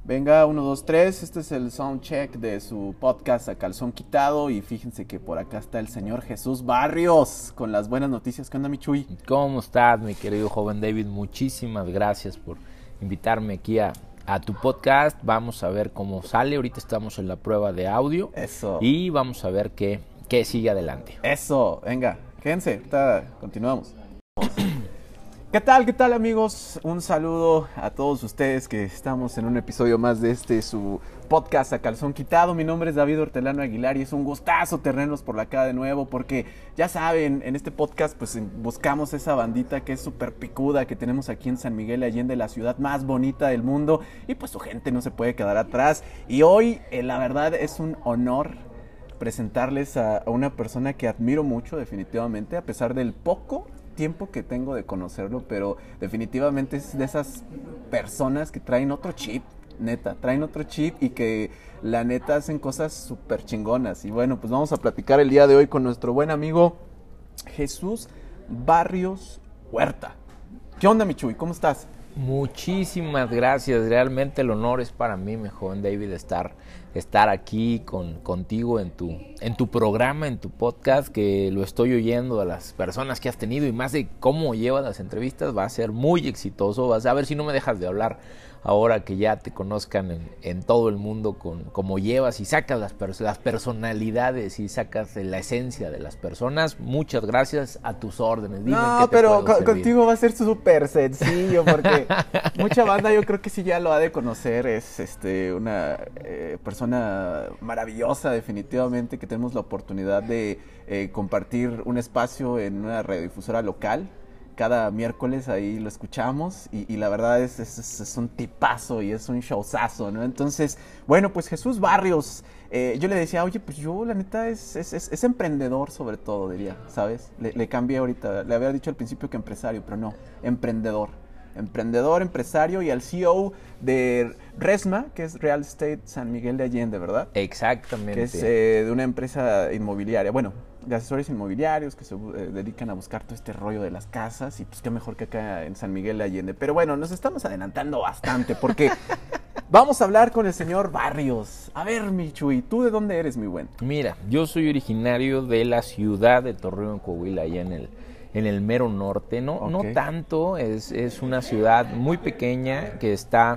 Venga, 1, 2, 3, este es el soundcheck de su podcast A Calzón Quitado y fíjense que por acá está el señor Jesús Barrios con las buenas noticias. ¿Qué onda, mi Chuy? ¿Cómo estás, mi querido joven David? Muchísimas gracias por invitarme aquí a tu podcast. Vamos a ver cómo sale. Ahorita estamos en la prueba de audio. Eso. Y vamos a ver qué sigue adelante. Eso, venga, quédense, ahorita continuamos. ¿Qué tal amigos? Un saludo a todos ustedes que estamos en un episodio más de su podcast A Calzón Quitado. Mi nombre es David Hortelano Aguilar y es un gustazo tenerlos por acá de nuevo porque ya saben, en este podcast pues buscamos esa bandita que es súper picuda que tenemos aquí en San Miguel Allende, la ciudad más bonita del mundo, y pues su gente no se puede quedar atrás. Y hoy la verdad es un honor presentarles a una persona que admiro mucho definitivamente, a pesar del poco tiempo que tengo de conocerlo, pero definitivamente es de esas personas que traen otro chip, neta, traen otro chip y que la neta hacen cosas súper chingonas. Y bueno, pues vamos a platicar el día de hoy con nuestro buen amigo Jesús Barrios Huerta. ¿Qué onda, mi Chuy? ¿Cómo estás? Muchísimas gracias, realmente el honor es para mí, mi joven David, estar aquí contigo en tu programa, en tu podcast, que lo estoy oyendo a las personas que has tenido y más de cómo llevas las entrevistas. Va a ser muy exitoso, vas a ver si no me dejas de hablar ahora que ya te conozcan en todo el mundo con cómo llevas y sacas las personalidades y sacas la esencia de las personas. Muchas gracias, a tus órdenes. Dime no, qué te pero puedo servir. Contigo va a ser súper sencillo porque mucha banda yo creo que sí ya lo ha de conocer. Es una persona maravillosa definitivamente, que tenemos la oportunidad de compartir un espacio en una radiodifusora local. Cada miércoles ahí lo escuchamos y la verdad es un tipazo y es un showzazo, ¿no? Entonces, bueno, pues Jesús Barrios, yo le decía, oye, pues yo la neta es emprendedor sobre todo, diría, ¿sabes? Le cambié ahorita, le había dicho al principio que empresario, pero no, emprendedor, empresario, y al CEO de Resma, que es Real Estate San Miguel de Allende, ¿verdad? Exactamente. Que es de una empresa inmobiliaria, bueno, de asesores inmobiliarios que se dedican a buscar todo este rollo de las casas, y pues qué mejor que acá en San Miguel de Allende. Pero bueno, nos estamos adelantando bastante porque vamos a hablar con el señor Barrios. A ver, mi Chuy, ¿tú de dónde eres, mi buen? Mira, yo soy originario de la ciudad de Torreón, Coahuila, allá en el mero norte. No tanto, es una ciudad muy pequeña que está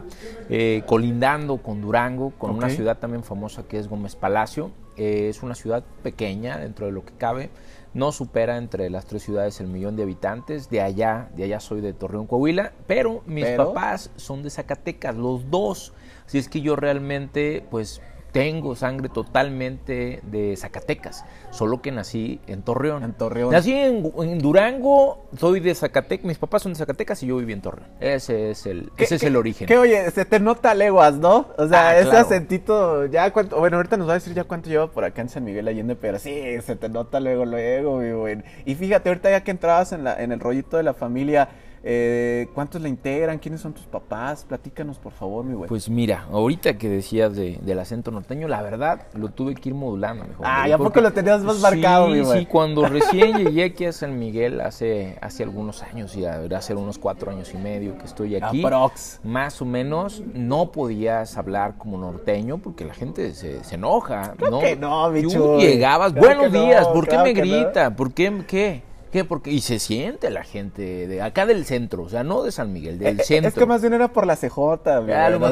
colindando con Durango, con una ciudad también famosa que es Gómez Palacio. Es una ciudad pequeña dentro de lo que cabe, no supera entre las 3 ciudades el 1,000,000 de habitantes. De allá soy de Torreón, Coahuila, pero mis papás son de Zacatecas, los dos. Así es que yo realmente pues tengo sangre totalmente de Zacatecas, solo que nací en Torreón. Nací en Durango, soy de Zacatecas, mis papás son de Zacatecas y yo viví en Torreón. Ese es el origen. Que oye, se te nota a leguas, ¿no? O sea, ese claro. Acentito, ya cuánto, bueno, ahorita nos va a decir ya cuánto lleva por acá en San Miguel Allende, pero sí, se te nota luego, mi buen. Y fíjate, ahorita ya que entrabas en el rollito de la familia, ¿cuántos la integran? ¿Quiénes son tus papás? Platícanos, por favor, mi güey. Pues mira, ahorita que decías del acento norteño, la verdad, lo tuve que ir modulando, mejor. ¿Y a poco lo tenías más marcado, mi güey? Sí, cuando recién llegué aquí a San Miguel hace algunos años, ya debería ser unos 4 años y medio que estoy aquí. Aprox. Más o menos, no podías hablar como norteño porque la gente se enoja. Claro que no, mi Tú Chuy. llegabas, Claro buenos días, ¿por qué me grita? No. ¿Por qué? ¿Qué? Porque, y se siente la gente de acá del centro, o sea, no de San Miguel, del centro. Es que más bien era por la CJ. A lo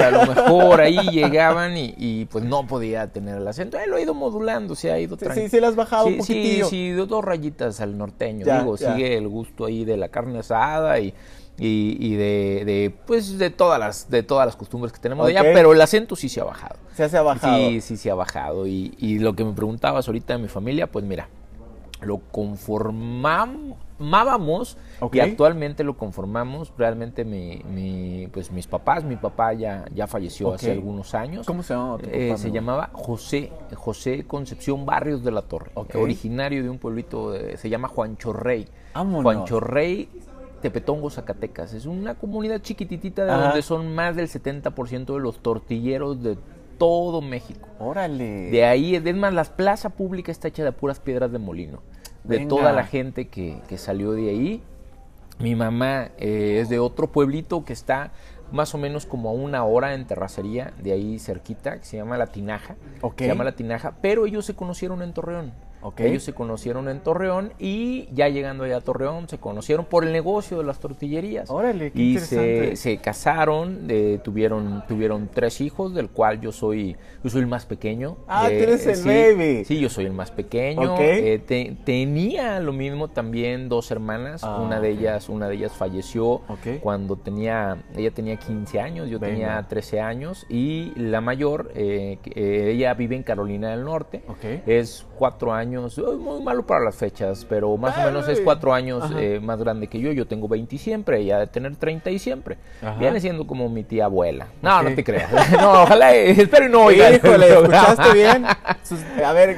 mejor ahí llegaban y pues no podía tener el acento. Lo he ido modulando, se ha ido tranquilo. Sí, le has bajado un poquitillo. Sí, 2 rayitas al norteño. Ya. Sigue el gusto ahí de la carne asada y de todas las costumbres que tenemos allá, pero el acento sí se ha bajado. Se ha bajado. Sí se ha bajado. Y lo que me preguntabas ahorita de mi familia, pues mira, lo conformábamos y actualmente lo conformamos realmente mis papás. Mi papá ya falleció hace algunos años. ¿Cómo se llamaba tu papá? Se llamaba José Concepción Barrios de la Torre, originario de un pueblito, se llama Juanchorrey. Juanchorrey, Tepetongo, Zacatecas. Es una comunidad chiquititita de donde son más del 70% de los tortilleros de todo México. ¡Órale! De ahí, es más, la plaza pública está hecha de puras piedras de molino. De toda la gente que salió de ahí. Mi mamá es de otro pueblito que está más o menos como a 1 hora en terracería, de ahí cerquita, que se llama La Tinaja. Okay. Se llama La Tinaja, pero ellos se conocieron en Torreón. Okay. Ellos se conocieron en Torreón y ya llegando allá a Torreón se conocieron por el negocio de las tortillerías. Órale, qué y interesante. se casaron, tuvieron 3 hijos, del cual yo soy el más pequeño. Ah, tú eres el sí, baby. Sí, yo soy el más pequeño. Okay. Tenía lo mismo también 2 hermanas. Una de ellas falleció cuando ella tenía 15 años, yo tenía 13 años. Y la mayor, ella vive en Carolina del Norte. Es 4 años, muy malo para las fechas, pero más o menos es 4 años más grande que yo. Yo tengo 20 siempre, ella de tener 30 y siempre. Viene siendo como mi tía abuela. No, no te creas. No, ojalá, espero y no oiga. Híjole, ¿escuchaste bien? A ver.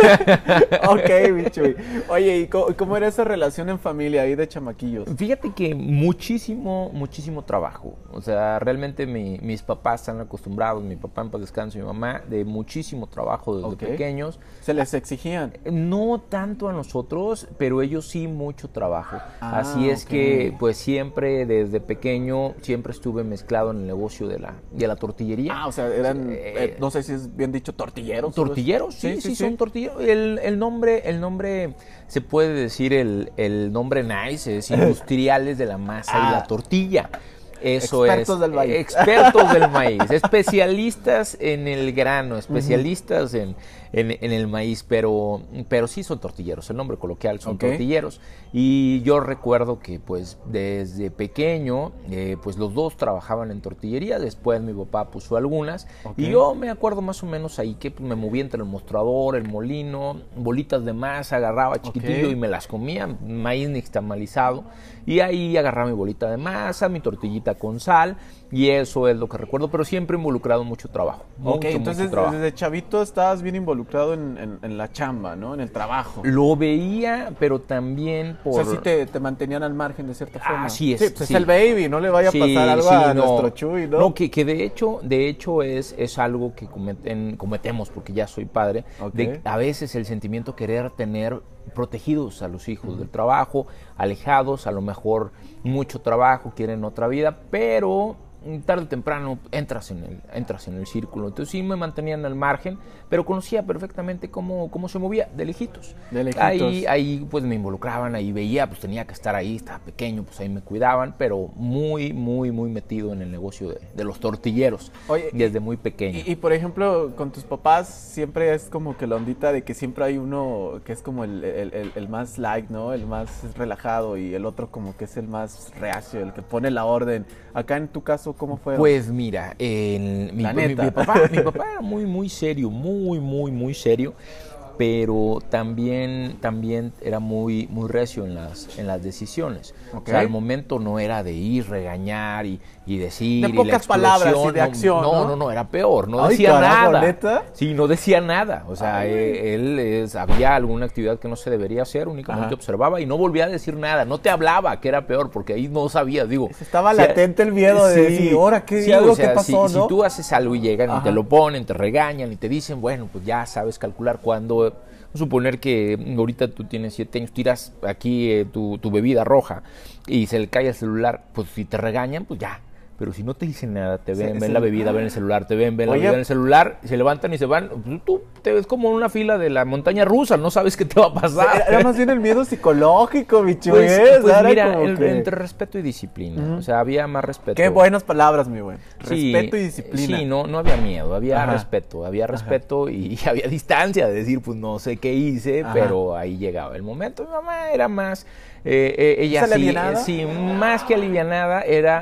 Ok, bicho. Oye, ¿y cómo era esa relación en familia ahí de chamaquillos? Fíjate que muchísimo trabajo. O sea, realmente mis papás están acostumbrados, mi papá en paz descanse, mi mamá, de muchísimo trabajo desde pequeños. ¿Se les exigían? No tanto a nosotros, pero ellos sí mucho trabajo. Así es que, pues siempre, desde pequeño, siempre estuve mezclado en el negocio de la tortillería. O sea, eran, no sé si es bien dicho, tortilleros. ¿Tortilleros? Sí, son tortilleros. El nombre, se puede decir el nombre nice, es industriales de la masa y la tortilla. Eso expertos del maíz. Expertos del maíz, especialistas en el grano, especialistas en el maíz, pero sí son tortilleros, el nombre coloquial son tortilleros. Y yo recuerdo que pues desde pequeño, pues los dos trabajaban en tortillería, después mi papá puso algunas, y yo me acuerdo más o menos ahí que pues, me movía entre el mostrador, el molino, bolitas de masa, agarraba chiquitillo y me las comía, maíz nixtamalizado, y ahí agarraba mi bolita de masa, mi tortillita con sal, y eso es lo que recuerdo, pero siempre involucrado mucho trabajo. Entonces desde chavito estabas bien involucrado en la chamba, ¿no? En el trabajo. Lo veía, pero también por... O sea, sí te mantenían al margen de cierta forma. Así es. Sí, pues es el baby, no le vaya a pasar algo a nuestro Chuy, ¿no? No, que de hecho es algo que cometemos, porque ya soy padre, de a veces el sentimiento querer tener protegidos a los hijos del trabajo, alejados, a lo mejor mucho trabajo, quieren otra vida, pero tarde o temprano entras en el círculo. Entonces sí me mantenían al margen, pero conocía perfectamente cómo se movía de lejitos. Ahí pues me involucraban, ahí veía, pues tenía que estar ahí, estaba pequeño, pues ahí me cuidaban, pero muy metido en el negocio de los tortilleros. Oye, desde muy pequeño. Y por ejemplo, con tus papás siempre es como que la ondita de que siempre hay uno que es como el más light, ¿no? El más relajado, y el otro como que es el más reacio, el que pone la orden. Acá en tu caso, ¿cómo fue? Pues mira, mi papá era muy serio, muy serio, pero también era muy recio en las decisiones. O sea, al momento no era de ir, regañar y decir. De pocas palabras y de acción, no, era peor, no decía nada. ¿Neta? Sí, no decía nada. O sea, había alguna actividad que no se debería hacer, únicamente observaba y no volvía a decir nada. No te hablaba, que era peor, porque ahí no sabías, digo. Estaba latente el miedo de decir, ¿ahora qué? Algo que pasó, ¿no? Si tú haces algo y llegan y te lo ponen, te regañan y te dicen, bueno, pues ya sabes calcular cuándo. Suponer que ahorita tú tienes 7 años, tiras aquí tu bebida roja y se le cae el celular, pues si te regañan, pues ya. Pero si no te dicen nada, te ven la bebida, ven el celular, te ven la bebida en el celular, se levantan y se van, pues tú te ves como en una fila de la montaña rusa, no sabes qué te va a pasar. Era más bien el miedo psicológico, mi Chuy. Pues mira, entre respeto y disciplina, o sea, había más respeto. Qué buenas palabras, mi güey. Respeto y disciplina. Sí, no había miedo, había respeto y había distancia de decir, pues no sé qué hice, pero ahí llegaba el momento. Mi mamá era más... ella sí, más que alivianada, era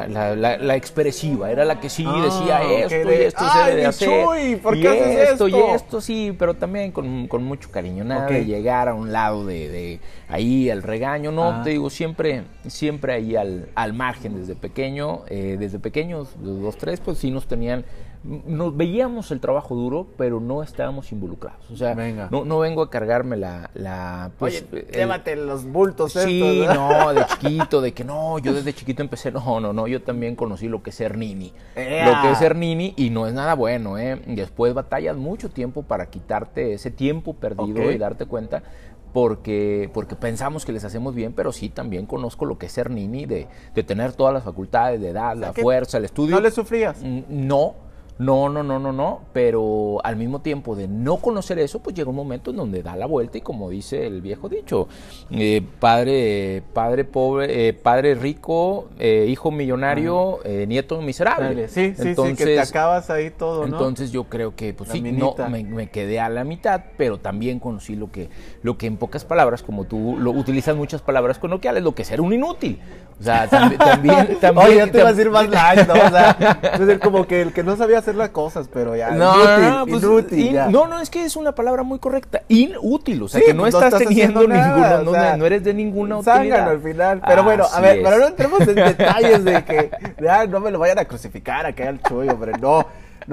la expresiva, era la que sí decía esto y esto se debe hacer. Chuy, ¿por qué haces esto? Y esto sí, pero también con mucho cariño, nada de llegar a un lado de ahí al regaño, no, te digo, siempre ahí al margen desde pequeño, desde pequeños, los 2, 3, pues sí nos veíamos el trabajo duro, pero no estábamos involucrados. O sea, no vengo a cargarme pues, oye, llévate los bultos. Sí, no, de chiquito, de que no, yo desde chiquito empecé, no, yo también conocí lo que es ser nini. Lo que es ser nini, y no es nada bueno, Después batallas mucho tiempo para quitarte ese tiempo perdido y darte cuenta. porque pensamos que les hacemos bien, pero sí, también conozco lo que es ser nini, de tener todas las facultades, de edad, la fuerza, el estudio. ¿No le sufrías? No, pero al mismo tiempo de no conocer eso, pues llega un momento en donde da la vuelta y como dice el viejo dicho, padre pobre, padre rico, hijo millonario, nieto miserable. Sí, entonces, sí, que te acabas ahí todo, ¿no? Entonces yo creo que, pues sí, no, me quedé a la mitad, pero también conocí lo que en pocas palabras, como tú lo utilizas muchas palabras coloquiales, lo que es ser un inútil. O sea, también Oye, ya te iba a decir más light, ¿no? O sea, es decir, como que el que no sabía hacer las cosas, pero ya, inútil. No, es que es una palabra muy correcta, inútil, o sea, sí, que no estás teniendo ninguna, o sea, no eres de ninguna utilidad. Al final, pero bueno, a ver, pero no entremos en detalles de que, no me lo vayan a crucificar acá al Chuy, hombre, no.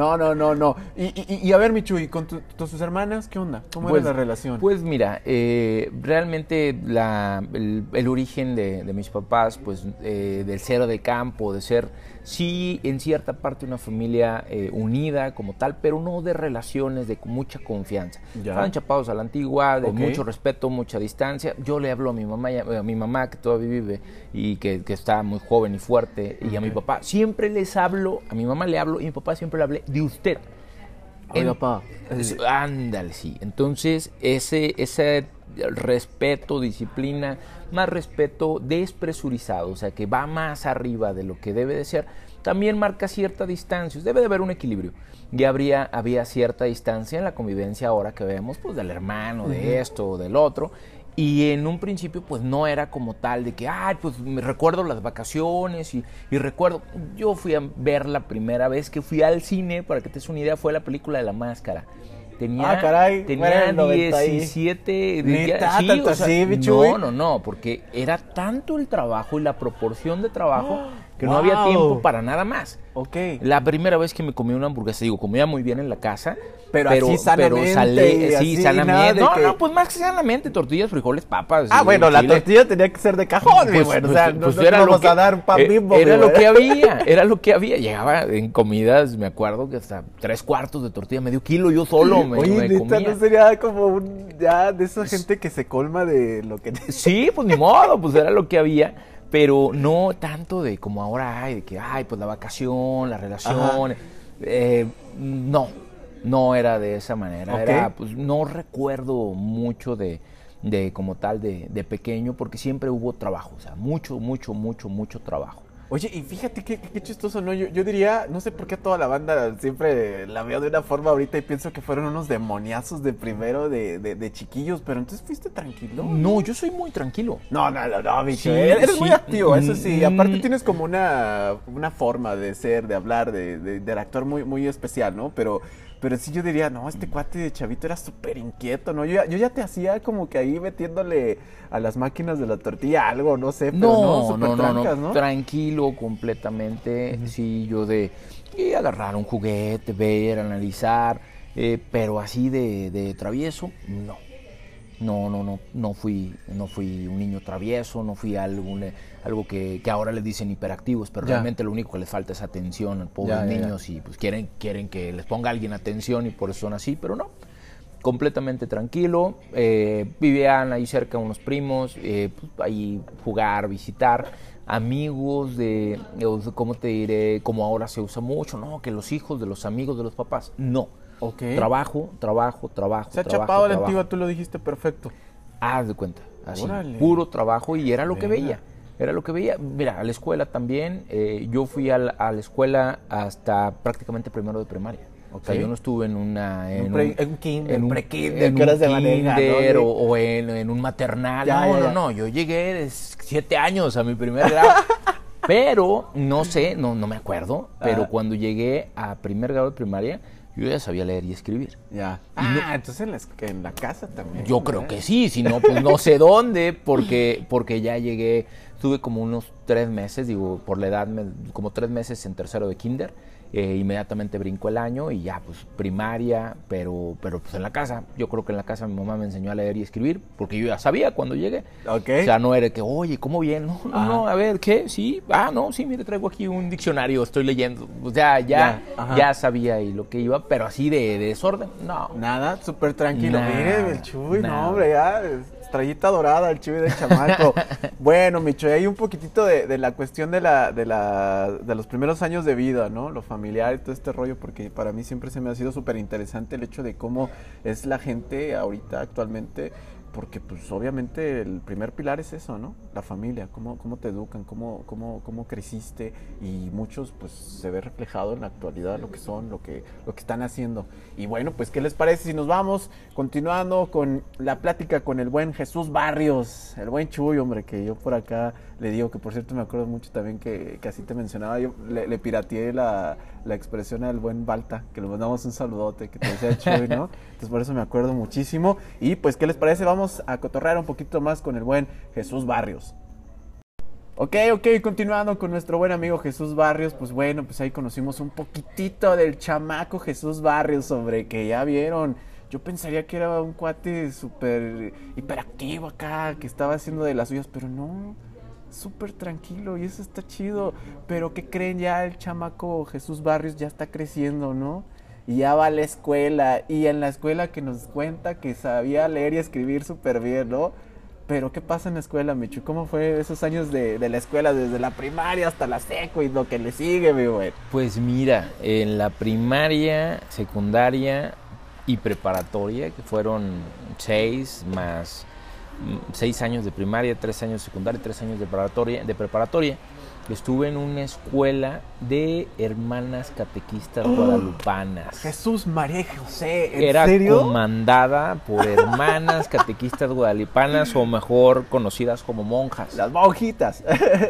Y a ver, mi Chuy, ¿con tus hermanas qué onda? ¿Cómo era la relación? Pues mira, realmente el origen de mis papás, pues del ser de campo, de ser, sí, en cierta parte una familia unida como tal, pero no de relaciones de mucha confianza. Estaban chapados a la antigua, de mucho respeto, mucha distancia. Yo le hablo a mi mamá que todavía vive y que está muy joven y fuerte, y a mi papá siempre les hablo, a mi mamá le hablo y a mi papá siempre le hablé de usted. Papá. Ándale, sí. Entonces, ese respeto, disciplina, más respeto despresurizado, o sea, que va más arriba de lo que debe de ser, también marca cierta distancia. Debe de haber un equilibrio. Ya había cierta distancia en la convivencia ahora que vemos, pues, del hermano, de esto o del otro. Y en un principio, pues, no era como tal de que, pues, me recuerdo las vacaciones y recuerdo, yo fui a ver la primera vez que fui al cine, para que te des una idea, fue la película de La Máscara. Tenía bueno, 17... ¿Neta? No, porque era tanto el trabajo y la proporción de trabajo que no había tiempo para nada más. La primera vez que me comí una hamburguesa, comía muy bien en la casa, pero así sanamente. Sanamente. Pues más que sanamente, tortillas, frijoles, papas. Bueno, la tortilla tenía que ser de cajón, no vamos a dar pan Bimbo. Era lo que había. Llegaba en comidas, me acuerdo que hasta 3/4 de tortilla, medio kilo, yo solo me comía. ¿No sería como ya de esa gente que se colma de lo que... Sí, pues ni modo, pues era lo que había. Pero no tanto de como ahora hay, de que, pues la vacación, la relación. No era de esa manera. Era, pues, no recuerdo mucho de como tal de pequeño, porque siempre hubo trabajo, o sea, mucho trabajo. Oye, y fíjate qué chistoso, ¿no? Yo diría, no sé por qué toda la banda siempre la veo de una forma ahorita y pienso que fueron unos demoniazos de primero de chiquillos, pero entonces fuiste tranquilo. No, yo soy muy tranquilo. No, bicho, sí, eres muy activo, eso sí. Aparte tienes como una forma de ser, de hablar, de actuar muy, muy especial, ¿no? Pero sí yo diría, no, este cuate de chavito era súper inquieto, ¿no? Yo ya te hacía como que ahí metiéndole a las máquinas de la tortilla algo, no sé, pero no, tranquilo completamente, sí, yo de agarrar un juguete, ver, analizar, pero así de travieso, no. No fui un niño travieso, no fui algo que ahora les dicen hiperactivos, pero realmente lo único que les falta es atención a pobres niños y pues quieren que les ponga alguien atención y por eso son así, pero no, completamente tranquilo. Vivían ahí cerca unos primos, pues, ahí jugar, visitar, amigos ¿cómo te diré? Como ahora se usa mucho, ¿no? Que los hijos de los amigos de los papás, no. Trabajo. Se ha chapado la antigua, tú lo dijiste perfecto. Haz de cuenta, así, puro trabajo, y era lo que veía. Mira, a la escuela también, yo fui a la escuela hasta prácticamente primero de primaria. O sea, yo no estuve en un kinder o en un maternal. No, yo llegué de 7 años a mi primer grado. Pero, no sé, no me acuerdo, pero cuando llegué a primer grado de primaria, yo ya sabía leer y escribir. Entonces en la casa también. Yo creo que sí, si no, pues no sé dónde, porque ya llegué, estuve como unos 3 meses, por la edad, como 3 meses en tercero de kinder. Inmediatamente brincó el año y ya, pues, primaria, pero pues en la casa. Yo creo que en la casa mi mamá me enseñó a leer y escribir, porque yo ya sabía cuando llegué. O sea, no era que, oye, ¿cómo bien? No, a ver, ¿qué? Sí, sí, mire, traigo aquí un diccionario, estoy leyendo. O sea, ya sabía y lo que iba, pero así de desorden, no. Nada, súper tranquilo. Mire, el Chuy, no, hombre, ya estrellita dorada, el chivo del chamaco. Bueno, Micho, hay un poquitito de la cuestión de los primeros años de vida, ¿no? Lo familiar y todo este rollo, porque para mí siempre se me ha sido súper interesante el hecho de cómo es la gente ahorita, actualmente, porque pues obviamente el primer pilar es eso, ¿no? La familia, cómo te educan, cómo creciste, y muchos pues se ve reflejado en la actualidad lo que son, lo que están haciendo. Y bueno, pues ¿qué les parece si nos vamos continuando con la plática con el buen Jesús Barrios, el buen Chuy, hombre, que yo por acá le digo, que por cierto me acuerdo mucho también que así te mencionaba, yo le pirateé la expresión al buen Balta, que le mandamos un saludote, que te decía Chuy, ¿no? Entonces por eso me acuerdo muchísimo. Y pues ¿qué les parece? Vamos a cotorrear un poquito más con el buen Jesús Barrios. Ok, continuando con nuestro buen amigo Jesús Barrios, pues bueno, pues ahí conocimos un poquitito del chamaco Jesús Barrios, hombre, que ya vieron. Yo pensaría que era un cuate súper hiperactivo acá, que estaba haciendo de las suyas, pero no, súper tranquilo, y eso está chido. Pero ¿qué creen? Ya el chamaco Jesús Barrios ya está creciendo, ¿no? Y ya va a la escuela, y en la escuela que nos cuenta que sabía leer y escribir súper bien, ¿no? Pero ¿qué pasa en la escuela, Michu? ¿Cómo fue esos años de la escuela, desde la primaria hasta la seco y lo que le sigue, mi güey? Pues mira, en la primaria, secundaria y preparatoria, que fueron 6 años de primaria, 3 años de secundaria, 3 años de preparatoria, estuve en una escuela de hermanas catequistas guadalupanas. Jesús, María y José, ¿en Era serio? comandada por hermanas catequistas guadalupanas, o mejor conocidas como monjas. Las monjitas.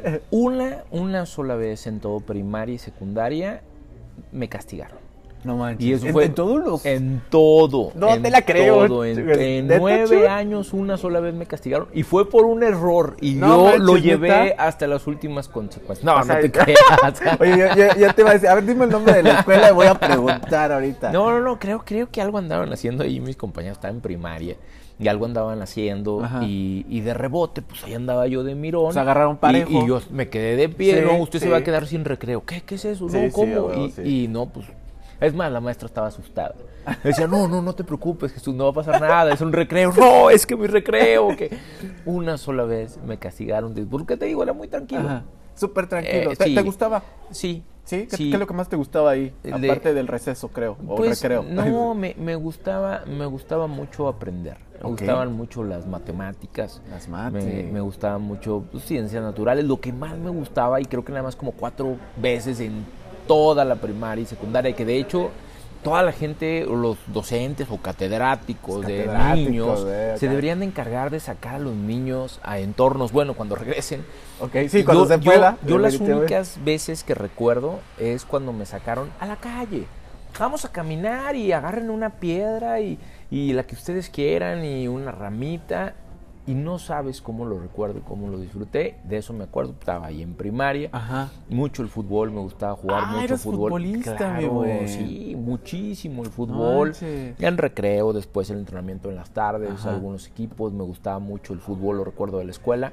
Una sola vez en todo primaria y secundaria me castigaron. No manches. Y eso fue ¿En todos los...? En todo. No te la creo. Todo. En 9 años, una sola vez me castigaron. Y fue por un error. Y no yo manches, lo llevé ¿neta? Hasta las últimas consecuencias. No, o sea, no te creas. Oye, ya te iba a decir, a ver, dime el nombre de la escuela y voy a preguntar ahorita. No, creo que algo andaban haciendo ahí mis compañeros. Estaba en primaria. Y algo andaban haciendo. Y de rebote, pues ahí andaba yo de mirón. Se agarraron parejo. Y yo me quedé de pie. Sí, no, usted sí. se va a quedar sin recreo. ¿Qué es eso? Sí, no, ¿cómo? Sí, y, sí. y no, pues... Es más, la maestra estaba asustada. Me decía, no te preocupes, Jesús, no va a pasar nada, es un recreo. No, es que mi recreo. Que una sola vez me castigaron. Porque te digo, era muy tranquilo. Ajá. Súper tranquilo. Sí. ¿Te gustaba? Sí. ¿Sí? ¿Qué es lo que más te gustaba ahí? Aparte del receso, creo, o pues, recreo. No, me gustaba mucho aprender. Me gustaban mucho las matemáticas. Las mates. Me gustaban mucho pues, ciencias naturales. Lo que más me gustaba, y creo que nada más como 4 veces en toda la primaria y secundaria, que de hecho toda la gente, los docentes o catedráticos de niños, se deberían de encargar de sacar a los niños a entornos, bueno, cuando regresen. Ok, sí, cuando se pueda. Yo las únicas veces que recuerdo es cuando me sacaron a la calle. Vamos a caminar y agarren una piedra y la que ustedes quieran y una ramita. Y no sabes cómo lo recuerdo y cómo lo disfruté. De eso me acuerdo. Estaba ahí en primaria. Mucho Mucho el fútbol. Me gustaba jugar mucho eres fútbol. Futbolista, claro, mi güey. sí, muchísimo el fútbol. En recreo, después el entrenamiento en las tardes, algunos equipos. Me gustaba mucho el fútbol, lo recuerdo de la escuela.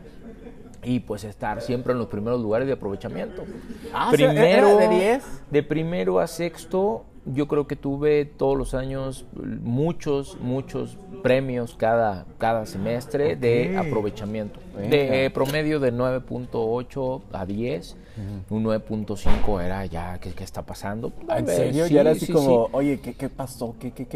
Y pues estar siempre en los primeros lugares de aprovechamiento. Primero, ¿era de 10? De primero a sexto, yo creo que tuve todos los años muchos premios cada semestre de aprovechamiento. De promedio de 9.8 a 10. Un 9.5 era ya, ¿qué está pasando? ¿En serio? Sí, ya era así como, sí. oye, ¿qué pasó?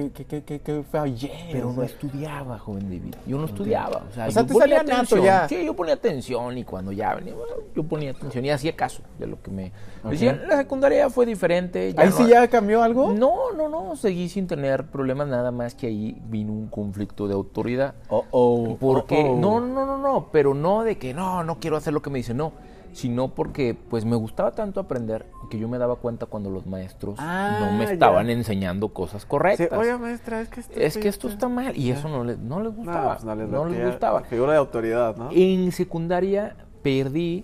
¿Qué fue ayer? Pero no estudiaba, joven David. Yo no estudiaba. O sea te salía nato ya. Sí, yo ponía atención y cuando ya venía, yo ponía atención y hacía caso de lo que me decían. La secundaria fue diferente. ¿Ahí sí ya cambió algo? No, seguí sin tener problemas, nada más que ahí vino un conflicto de autoridad. Porque, no, pero no de que no quiero hacer lo que me dicen, no. Sino porque pues me gustaba tanto aprender que yo me daba cuenta cuando los maestros no me estaban enseñando cosas correctas. Sí, oye, maestra, es que esto está mal. Y eso no les gustaba. No les gustaba. Figura de autoridad, ¿no? En secundaria perdí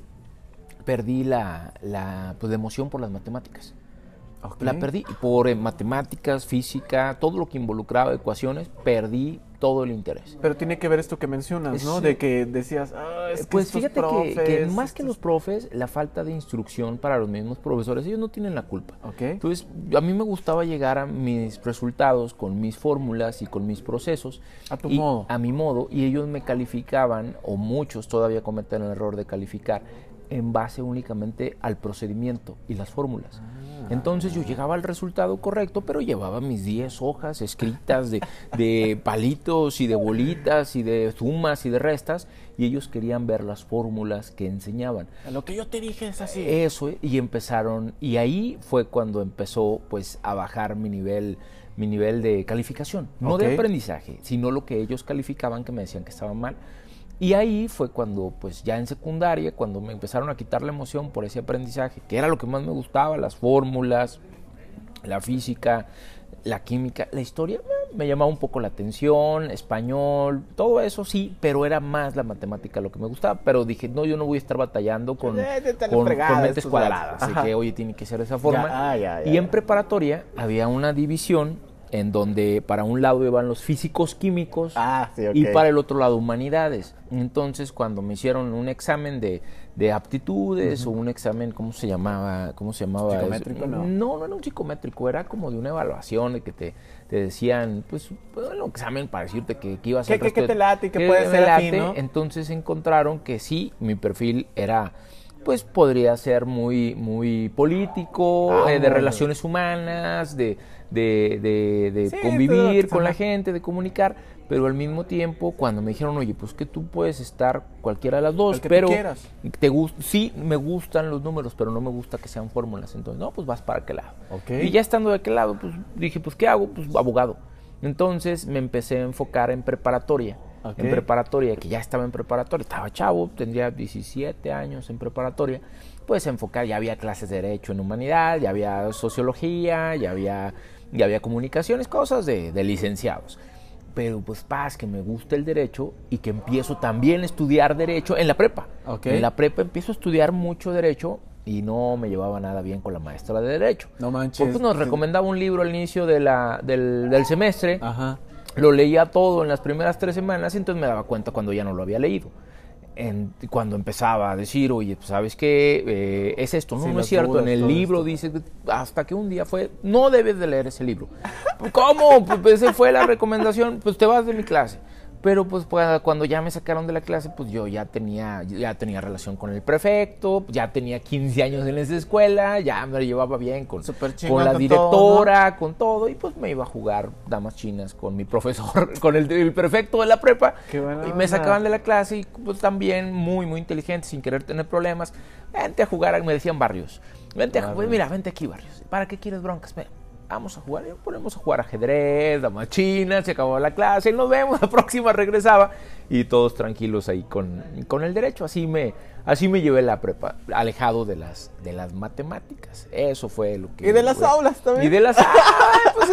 la pues, emoción por las matemáticas. La perdí por matemáticas, física, todo lo que involucraba ecuaciones, perdí todo el interés. Pero tiene que ver esto que mencionas, ¿no? Sí. De que decías, es que pues estos fíjate profes, que más que los profes, la falta de instrucción para los mismos profesores, ellos no tienen la culpa. Okay. Entonces, a mí me gustaba llegar a mis resultados con mis fórmulas y con mis procesos. A tu modo. A mi modo, y ellos me calificaban, o muchos todavía cometen el error de calificar, en base únicamente al procedimiento y las fórmulas. Entonces yo llegaba al resultado correcto, pero llevaba mis 10 hojas escritas de palitos y de bolitas y de sumas y de restas, y ellos querían ver las fórmulas que enseñaban. Lo que yo te dije es así. Eso, y empezaron, y ahí fue cuando empezó pues a bajar mi nivel de calificación, no de aprendizaje, sino lo que ellos calificaban que me decían que estaba mal. Y ahí fue cuando, pues ya en secundaria, cuando me empezaron a quitar la emoción por ese aprendizaje, que era lo que más me gustaba, las fórmulas, la física, la química, la historia, me llamaba un poco la atención, español, todo eso sí, pero era más la matemática lo que me gustaba. Pero dije, no, yo no voy a estar batallando con mentes cuadradas, así que, oye, tiene que ser de esa forma. Y en preparatoria había una división en donde para un lado iban los físicos químicos y para el otro lado humanidades. Entonces, cuando me hicieron un examen de aptitudes o un examen, ¿cómo se llamaba? ¿Psicométrico? No era un psicométrico, era como de una evaluación de que te decían, pues, un examen para decirte que ibas a hacer. ¿Qué te late y que puede ser afín, ¿no? Entonces encontraron que sí, mi perfil era, pues podría ser muy político, de relaciones humanas, de convivir con la gente, de comunicar, pero al mismo tiempo cuando me dijeron, oye, pues que tú puedes estar cualquiera de las dos, pero sí me gustan los números, pero no me gusta que sean fórmulas, entonces no, pues vas para aquel lado. Y ya estando de aquel lado, pues dije, pues ¿qué hago? Pues abogado. Entonces me empecé a enfocar en preparatoria. En preparatoria, que ya estaba en preparatoria, estaba chavo, tendría 17 años en preparatoria, pues enfocar, ya había clases de Derecho en Humanidad, ya había Sociología, ya había Comunicaciones, cosas de licenciados. Pero pues que me gusta el Derecho y que empiezo también a estudiar Derecho en la prepa. En la prepa empiezo a estudiar mucho Derecho y no me llevaba nada bien con la maestra de Derecho. No manches. Porque nos recomendaba un libro al inicio del semestre. Lo leía todo en las primeras 3 semanas y entonces me daba cuenta cuando ya no lo había leído. Cuando empezaba a decir, oye, pues ¿sabes qué? Es esto, no es cierto. En el libro dice, hasta que un día fue, no debes de leer ese libro. ¿Cómo? Pues esa fue la recomendación, pues te vas de mi clase. Pero pues cuando ya me sacaron de la clase, pues yo ya tenía relación con el prefecto, ya tenía 15 años en esa escuela, ya me llevaba bien con la directora, con todo, y pues me iba a jugar damas chinas con mi profesor, con el prefecto de la prepa, y me sacaban de la clase y pues también muy inteligente, sin querer tener problemas. Vente a jugar, me decían Barrios, vente aquí Barrios, ¿para qué quieres broncas? Vamos a jugar, y ponemos a jugar ajedrez, damas chinas, se acabó la clase, nos vemos, la próxima regresaba, y todos tranquilos ahí con el Derecho. Así me llevé la prepa, alejado de las matemáticas. Eso fue lo que... Y de las aulas también. Y de las aulas, pues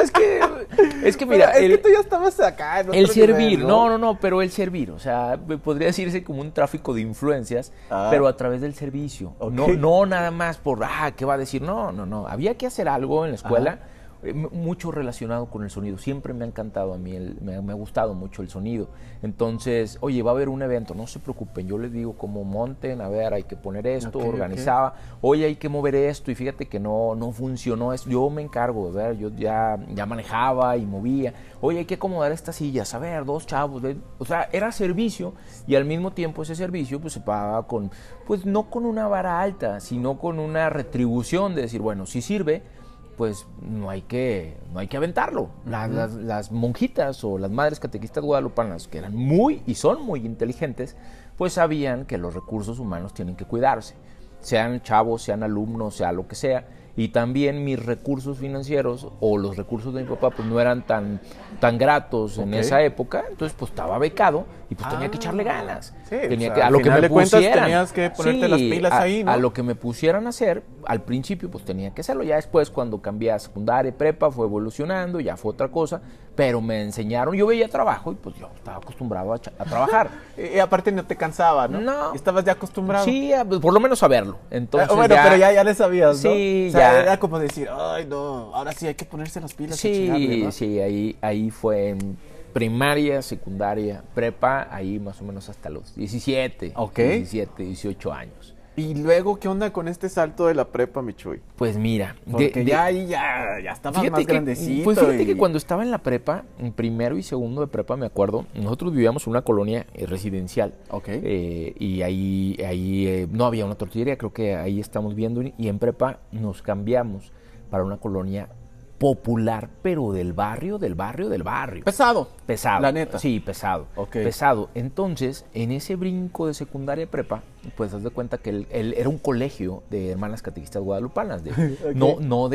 es que mira... Es que tú ya estabas acá. El servir, nivel, no, pero el servir, o sea, podría decirse como un tráfico de influencias, pero a través del servicio. No nada más por, ¿qué va a decir? No, había que hacer algo en la escuela. Mucho relacionado con el sonido, siempre me ha encantado a mí, me ha gustado mucho el sonido. Entonces, oye, va a haber un evento, no se preocupen, yo les digo cómo monten, a ver, hay que poner esto, organizaba, oye, hay que mover esto, y fíjate que no funcionó esto, yo me encargo, de ver, yo ya manejaba y movía, oye, hay que acomodar estas sillas, a ver, 2 chavos, o sea, era servicio, y al mismo tiempo ese servicio pues se pagaba pues no con una vara alta, sino con una retribución de decir, bueno, si sirve, pues no hay que aventarlo. Las monjitas o las madres catequistas guadalupanas, que eran son muy inteligentes, pues sabían que los recursos humanos tienen que cuidarse, sean chavos, sean alumnos, sea lo que sea. Y también mis recursos financieros o los recursos de mi papá pues no eran tan gratos en esa época, entonces pues estaba becado y pues tenía que echarle ganas. Sí, tenía que a lo que me pusieran, tenías que ponerte las pilas ahí, ¿no? A lo que me pusieran a hacer, al principio pues tenía que hacerlo, ya después cuando cambié a secundaria y prepa fue evolucionando, ya fue otra cosa, pero me enseñaron, yo veía trabajo y pues yo estaba acostumbrado a trabajar. Y aparte no te cansaba, ¿no? No. Estabas ya acostumbrado. Sí, por lo menos a verlo. Entonces bueno, pero ya le sabías, ¿no? Sí, o sea, era como decir, ay, no, ahora sí hay que ponerse las pilas. Sí, ¿no? Sí, ahí fue primaria, secundaria, prepa, ahí más o menos hasta los 17, 18 años. ¿Y luego qué onda con este salto de la prepa, mi Chuy? Pues mira, porque ya ahí ya estabas más grandecito. Pues fíjate que cuando estaba en la prepa, en primero y segundo de prepa, me acuerdo, nosotros vivíamos en una colonia residencial. Y ahí no había una tortillería, creo que ahí estamos viendo, y en prepa nos cambiamos para una colonia popular, pero del barrio. Pesado. La neta. Sí, pesado. Pesado. Entonces, en ese brinco de secundaria prepa, pues haz de cuenta que él era un colegio de hermanas catequistas guadalupanas, no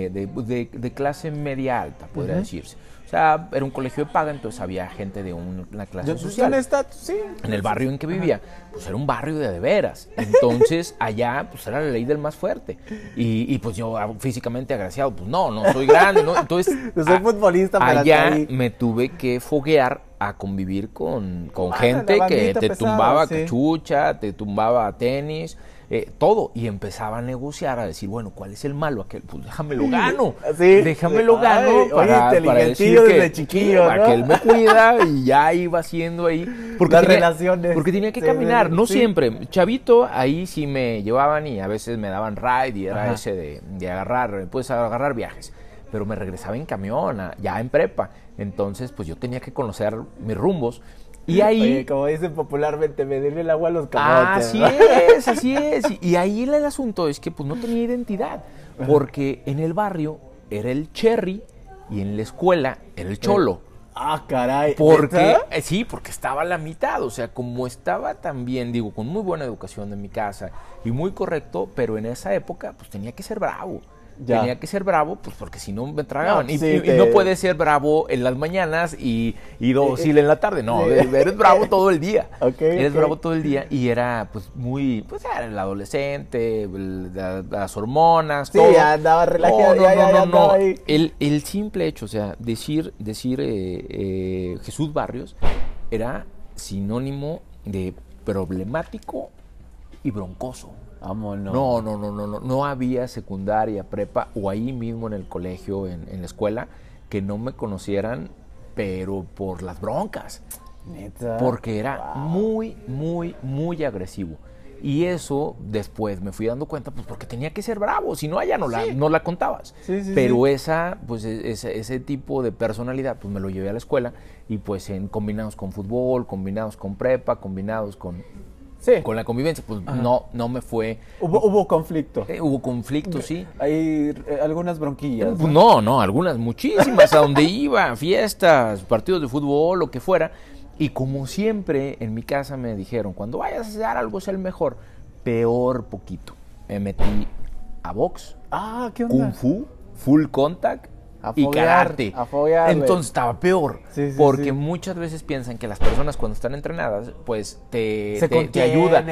de clase media alta, podría decirse. O sea, era un colegio de paga, entonces había gente de una clase social. Sí. En el barrio en que vivía, pues era un barrio de veras. Entonces, allá, pues era la ley del más fuerte. Y pues yo, físicamente agraciado, pues no soy grande, ¿no? Entonces, no soy futbolista, pero allá me tuve que foguear a convivir con gente que te tumbaba cachucha, te tumbaba tenis, todo, y empezaba a negociar, a decir, bueno, ¿cuál es el malo? Aquel, pues déjamelo gano, déjamelo gano para decir que desde chiquillo, para que él me cuida, y ya iba haciendo ahí, porque tenía que caminar, no siempre, chavito, ahí sí me llevaban y a veces me daban ride, y era ese de agarrar viajes, pero me regresaba en camión, ya en prepa. Entonces, pues yo tenía que conocer mis rumbos. Y ahí... Oye, como dicen popularmente, medirle el agua a los camotes. Así es. Y ahí el asunto es que pues no tenía identidad. Porque en el barrio era el Cherry y en la escuela era el Cholo. Caray. Porque estaba a la mitad. O sea, como estaba también, digo, con muy buena educación de mi casa y muy correcto, pero en esa época pues tenía que ser bravo. Tenía que ser bravo, pues porque si no me tragaban. Y no puedes ser bravo en las mañanas y dócil en la tarde. No, eres bravo todo el día. Eres bravo todo el día. Y era pues muy, pues era el adolescente, las hormonas, todo. Sí, andaba relajado. No. El simple hecho, o sea, decir Jesús Barrios era sinónimo de problemático y broncoso. Vámonos. No había secundaria, prepa o ahí mismo en el colegio, en la escuela, que no me conocieran, pero por las broncas. ¿Neta? Porque era muy, muy, muy agresivo. Y eso después me fui dando cuenta, pues porque tenía que ser bravo, si no allá no la contabas. Pero ese tipo de personalidad, pues me lo llevé a la escuela y pues combinados con fútbol, combinados con prepa, combinados con la convivencia, pues no me fue. Hubo conflicto. Hubo conflicto, sí. Hay algunas bronquillas. Algunas, muchísimas, a donde iba, fiestas, partidos de fútbol, lo que fuera. Y como siempre en mi casa me dijeron, cuando vayas a hacer algo, sé el mejor. Peor poquito. Me metí a box, ¿qué onda? kung fu, full contact y karate. Entonces estaba peor, porque muchas veces piensan que las personas cuando están entrenadas, pues te ayudan.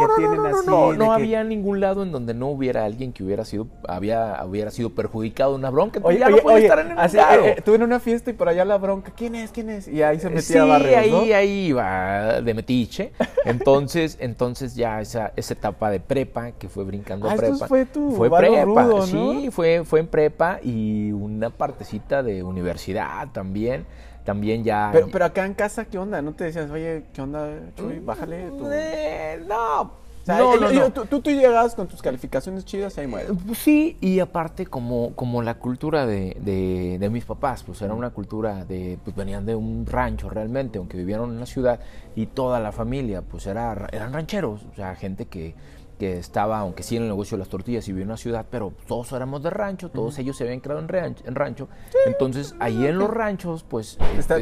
No había ningún lado en donde no hubiera alguien que hubiera sido perjudicado de una bronca. Ya no puede estar en el mercado. Estuve en una fiesta y por allá la bronca, ¿quién es? Y ahí se metía Barrios, ¿no? ahí iba de metiche. Entonces ya esa etapa de prepa, que fue brincando a prepa. Fue prepa, rudo, ¿no? Sí, fue en prepa y una partecita de universidad también ya. Pero acá en casa, ¿qué onda? ¿No te decías, oye, qué onda, Chuy? Bájale. No. Tú llegas con tus calificaciones chidas y ahí mueres. Sí, y aparte como la cultura de mis papás, pues era una cultura pues venían de un rancho realmente, aunque vivieron en la ciudad, y toda la familia pues eran rancheros, o sea, gente que estaba, aunque sí en el negocio de las tortillas y vivía en una ciudad, pero todos éramos de rancho, todos ellos se habían creado en rancho. Entonces ahí en los ranchos pues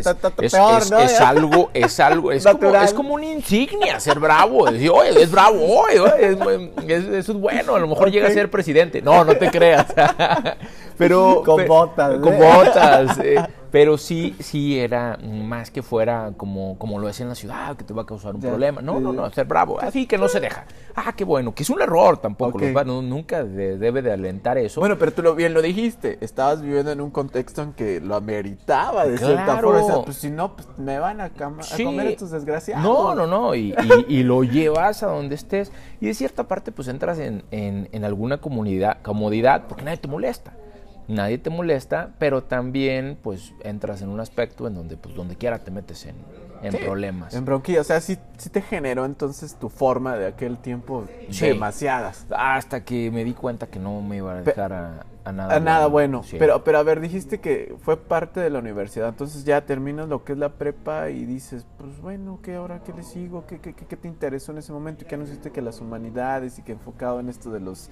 es como una insignia ser bravo, decir, oye, es bravo, eso es bueno, a lo mejor llega a ser presidente. No te creas. Pero con botas. Pero sí era más que fuera como lo es en la ciudad, que te va a causar un problema. No, ser bravo, así que no se deja. Qué bueno, que es un error tampoco. Nunca debe de alentar eso. Bueno, pero tú bien lo dijiste, estabas viviendo en un contexto en que lo ameritaba de cierta forma. O sea, pues si no, pues me van a comer estos desgraciados. No, y lo llevas a donde estés. Y de cierta parte, pues entras en alguna comodidad, porque nadie te molesta. nadie te molesta, pero también pues entras en un aspecto en donde pues donde quiera te metes en problemas. En bronquilla, o sea, sí te generó entonces tu forma de aquel tiempo demasiadas. Hasta que me di cuenta que no me iba a dejar a nada. A nada bueno. Sí. Pero a ver, dijiste que fue parte de la universidad, entonces ya terminas lo que es la prepa y dices, pues bueno, ¿qué ahora qué le sigo? ¿Qué te interesó en ese momento? ¿Y qué anunciaste que las humanidades y que enfocado en esto de los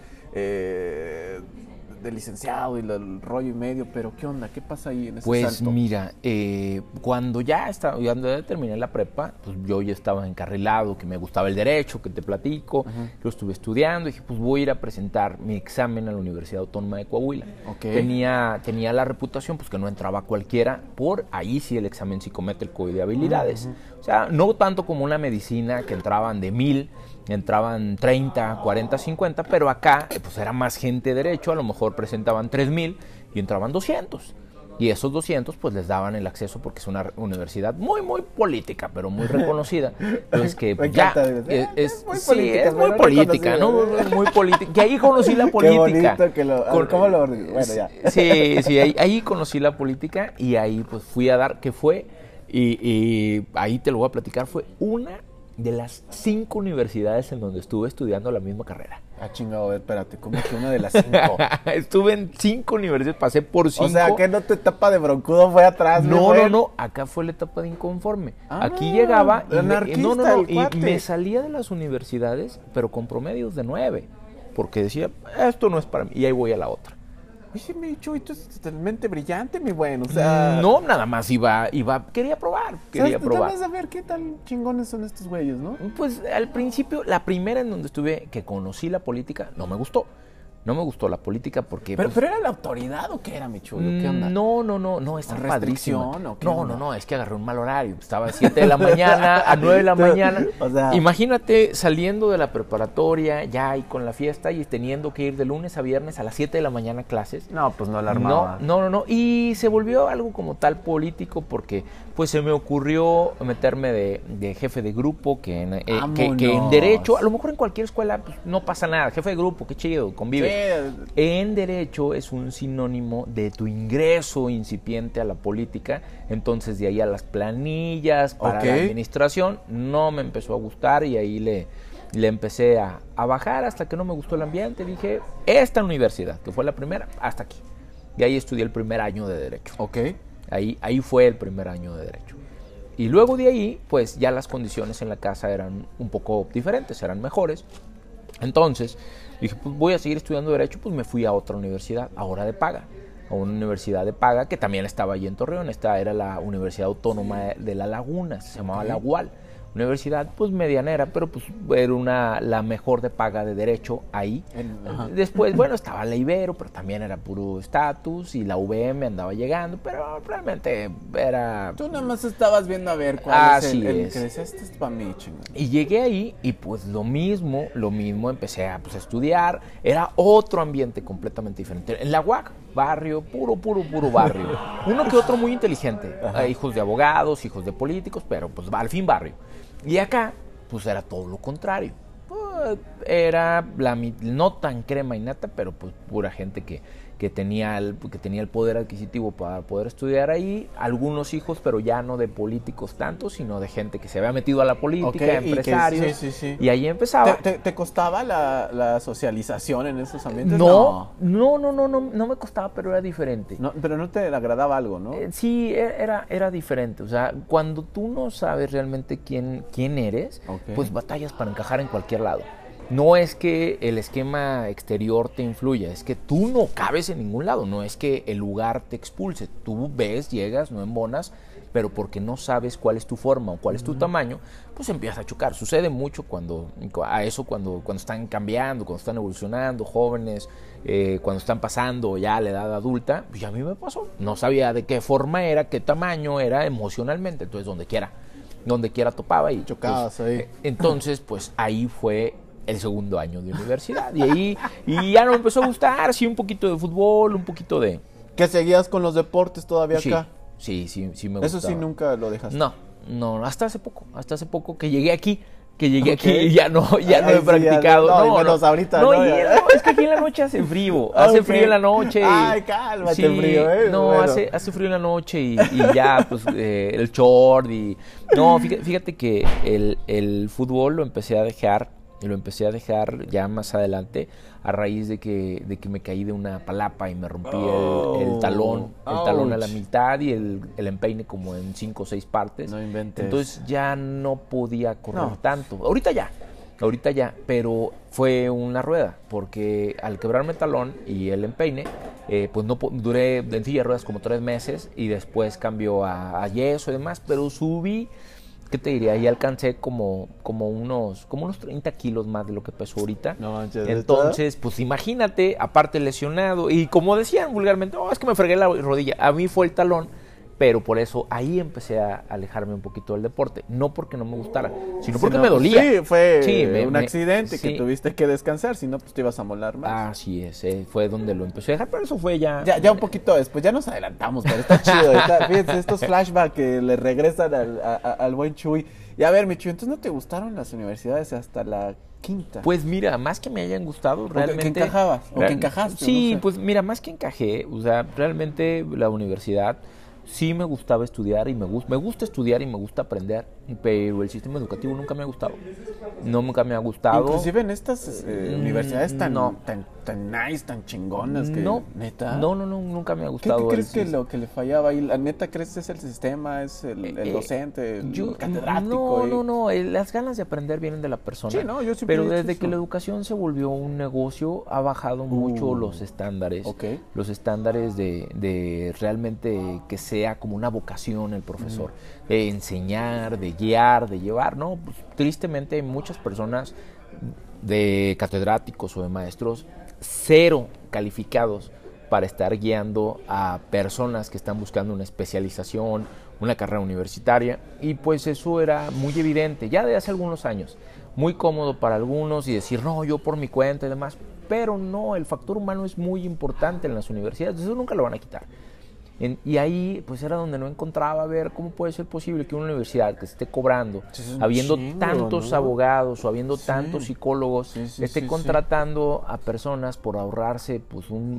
de licenciado y el rollo y medio, pero ¿qué onda? ¿Qué pasa ahí en ese pues salto? Mira, cuando ya terminé la prepa, pues yo ya estaba encarrilado, que me gustaba el derecho, que te platico, lo estuve estudiando, y dije, pues voy a ir a presentar mi examen a la Universidad Autónoma de Coahuila. Tenía la reputación, pues que no entraba cualquiera, por ahí sí el examen psicométrico y de habilidades. O sea, no tanto como una medicina que entraban de 1000, entraban 30, 40, 50, pero acá pues era más gente derecho, a lo mejor presentaban 3000 y entraban 200. Y esos 200 pues les daban el acceso porque es una universidad muy, muy política, pero muy reconocida. Entonces que pues, ya es muy política, ¿no? Muy política. Y ahí conocí la política. Qué bonito ¿cómo lo bueno, ya. Sí, ahí conocí la política y ahí pues fui a dar, que fue, y ahí te lo voy a platicar, fue una de las 5 universidades en donde estuve estudiando la misma carrera. Chingado, espérate, ¿cómo que una de las 5? Estuve en 5 universidades, pasé por 5. O sea, ¿que no tu etapa de broncudo fue atrás? No, acá fue la etapa de inconforme. Aquí llegaba y me salía de las universidades, pero con promedios de 9, porque decía, esto no es para mí, y ahí voy a la otra. Oye, mi Chuy, tú eres totalmente brillante, mi bueno, o sea... No, nada más quería probar, Vamos a ver qué tan chingones son estos güeyes, ¿no? Pues al principio, la primera en donde estuve, que conocí la política, no me gustó. No me gustó la política porque... ¿Pero era la autoridad o qué era, mi chulo? ¿Qué onda? No, está padrísima. ¿O qué no, es que agarré un mal horario. Estaba a 7 de la mañana, a 9 de la mañana. O sea... Imagínate saliendo de la preparatoria, ya ahí con la fiesta y teniendo que ir de lunes a viernes a las 7 de la mañana a clases. No, pues no la armaba. No. Y se volvió algo como tal político porque pues se me ocurrió meterme de jefe de grupo, que en derecho, a lo mejor en cualquier escuela pues, no pasa nada. Jefe de grupo, qué chido, convive. En derecho es un sinónimo de tu ingreso incipiente a la política, entonces de ahí a las planillas para la administración no me empezó a gustar y ahí le empecé a bajar hasta que no me gustó el ambiente. Dije, esta universidad, que fue la primera, hasta aquí. Y ahí estudié el primer año de derecho. Ahí fue el primer año de derecho. Y luego de ahí, pues ya las condiciones en la casa eran un poco diferentes, eran mejores. Entonces dije, pues voy a seguir estudiando derecho, pues me fui a otra universidad, ahora de paga, a una universidad de paga que también estaba allí en Torreón. Esta era la Universidad Autónoma de La Laguna, se llamaba la UAL. Universidad pues medianera, pero pues era la mejor de paga de derecho ahí. Después, bueno, estaba la Ibero, pero también era puro estatus, y la UVM andaba llegando, pero realmente era... Tú nada más estabas viendo a ver cuál es el que decías, este es para mí, chingón. Y llegué ahí y pues lo mismo, empecé a estudiar, era otro ambiente completamente diferente. En la UAC, barrio, puro barrio. Uno que otro muy inteligente, hijos de abogados, hijos de políticos, pero pues al fin barrio. Y acá, pues era todo lo contrario. Era no tan crema y nata, pero pues pura gente que tenía el poder adquisitivo para poder estudiar ahí. Algunos hijos, pero ya no de políticos tanto, sino de gente que se había metido a la política, empresarios. Sí. Y ahí empezaba. ¿Te costaba la socialización en esos ambientes? No me costaba, pero era diferente. Pero no te agradaba algo, ¿no? Sí, era diferente. O sea, cuando tú no sabes realmente quién eres, pues batallas para encajar en cualquier lado. No es que el esquema exterior te influya, es que tú no cabes en ningún lado, no es que el lugar te expulse. Tú ves, llegas, no embonas, pero porque no sabes cuál es tu forma o cuál es tu tamaño, pues empiezas a chocar. Sucede mucho cuando están cambiando, cuando están evolucionando, jóvenes, cuando están pasando ya a la edad adulta. Pues a mí me pasó. No sabía de qué forma era, qué tamaño era emocionalmente, entonces donde quiera topaba y chocabas ahí. Entonces, pues ahí fue el segundo año de universidad. Y ya no me empezó a gustar, sí, un poquito de fútbol, un poquito de... ¿Que seguías con los deportes todavía acá? Sí, me gustaba. ¿Eso sí nunca lo dejaste? No, hasta hace poco que llegué aquí. que llegué aquí y ya no he practicado. Menos ahorita. No, es que aquí en la noche hace frío. Hace frío en la noche. Ay, cálmate, frío, No, bueno. hace frío en la noche y ya, pues, el short y... No, fíjate que el fútbol lo empecé a dejar ya más adelante a raíz de que me caí de una palapa y me rompí el talón a la mitad y el empeine como en 5 o 6 partes. No inventes. Entonces ya no podía correr tanto. Ahorita ya, pero fue una rueda, porque al quebrarme el talón y el empeine, pues no duré en silla de ruedas como 3 meses y después cambió a yeso y demás, pero subí, ¿qué te diría? Y alcancé como unos 30 kilos más de lo que peso ahorita. No manches. Entonces, pues imagínate, aparte lesionado. Y como decían vulgarmente, es que me fregué la rodilla. A mí fue el talón, pero por eso ahí empecé a alejarme un poquito del deporte. No porque no me gustara, sino porque me dolía. Sí, fue un accidente que tuviste que descansar, si no, pues te ibas a molar más. Así es, fue donde lo empecé a dejar, pero eso fue ya un poquito después, ya nos adelantamos, pero está chido. Fíjense, estos flashbacks que le regresan al buen Chuy. Y a ver, mi Chuy, ¿entonces no te gustaron las universidades hasta la quinta? Pues mira, más que me hayan gustado, realmente... ¿Que encajabas? ¿O que encajaste? Sí, no sé. Pues mira, más que encajé, o sea, realmente la universidad... Sí me gustaba estudiar y me gusta estudiar y me gusta aprender, pero el sistema educativo nunca me ha gustado. Nunca me ha gustado. Inclusive en estas universidades tan nice, tan chingonas que neta. No, nunca me ha gustado. ¿Qué crees que lo que le fallaba ahí? ¿La neta crees que es el sistema, es el docente, el catedrático? No, las ganas de aprender vienen de la persona. Sí, no, yo siempre pero he dicho desde eso. que la educación se volvió un negocio, ha bajado mucho los estándares. Okay. Los estándares de realmente que sea como una vocación el profesor, de enseñar, de guiar, de llevar, ¿no? Pues, tristemente hay muchas personas de catedráticos o de maestros cero calificados para estar guiando a personas que están buscando una especialización, una carrera universitaria, y pues eso era muy evidente ya de hace algunos años, muy cómodo para algunos y decir, no, yo por mi cuenta y demás, pero no, el factor humano es muy importante en las universidades, eso nunca lo van a quitar. Y ahí pues era donde no encontraba, a ver cómo puede ser posible que una universidad que esté cobrando, habiendo tantos abogados o habiendo tantos psicólogos, esté contratando a personas por ahorrarse pues un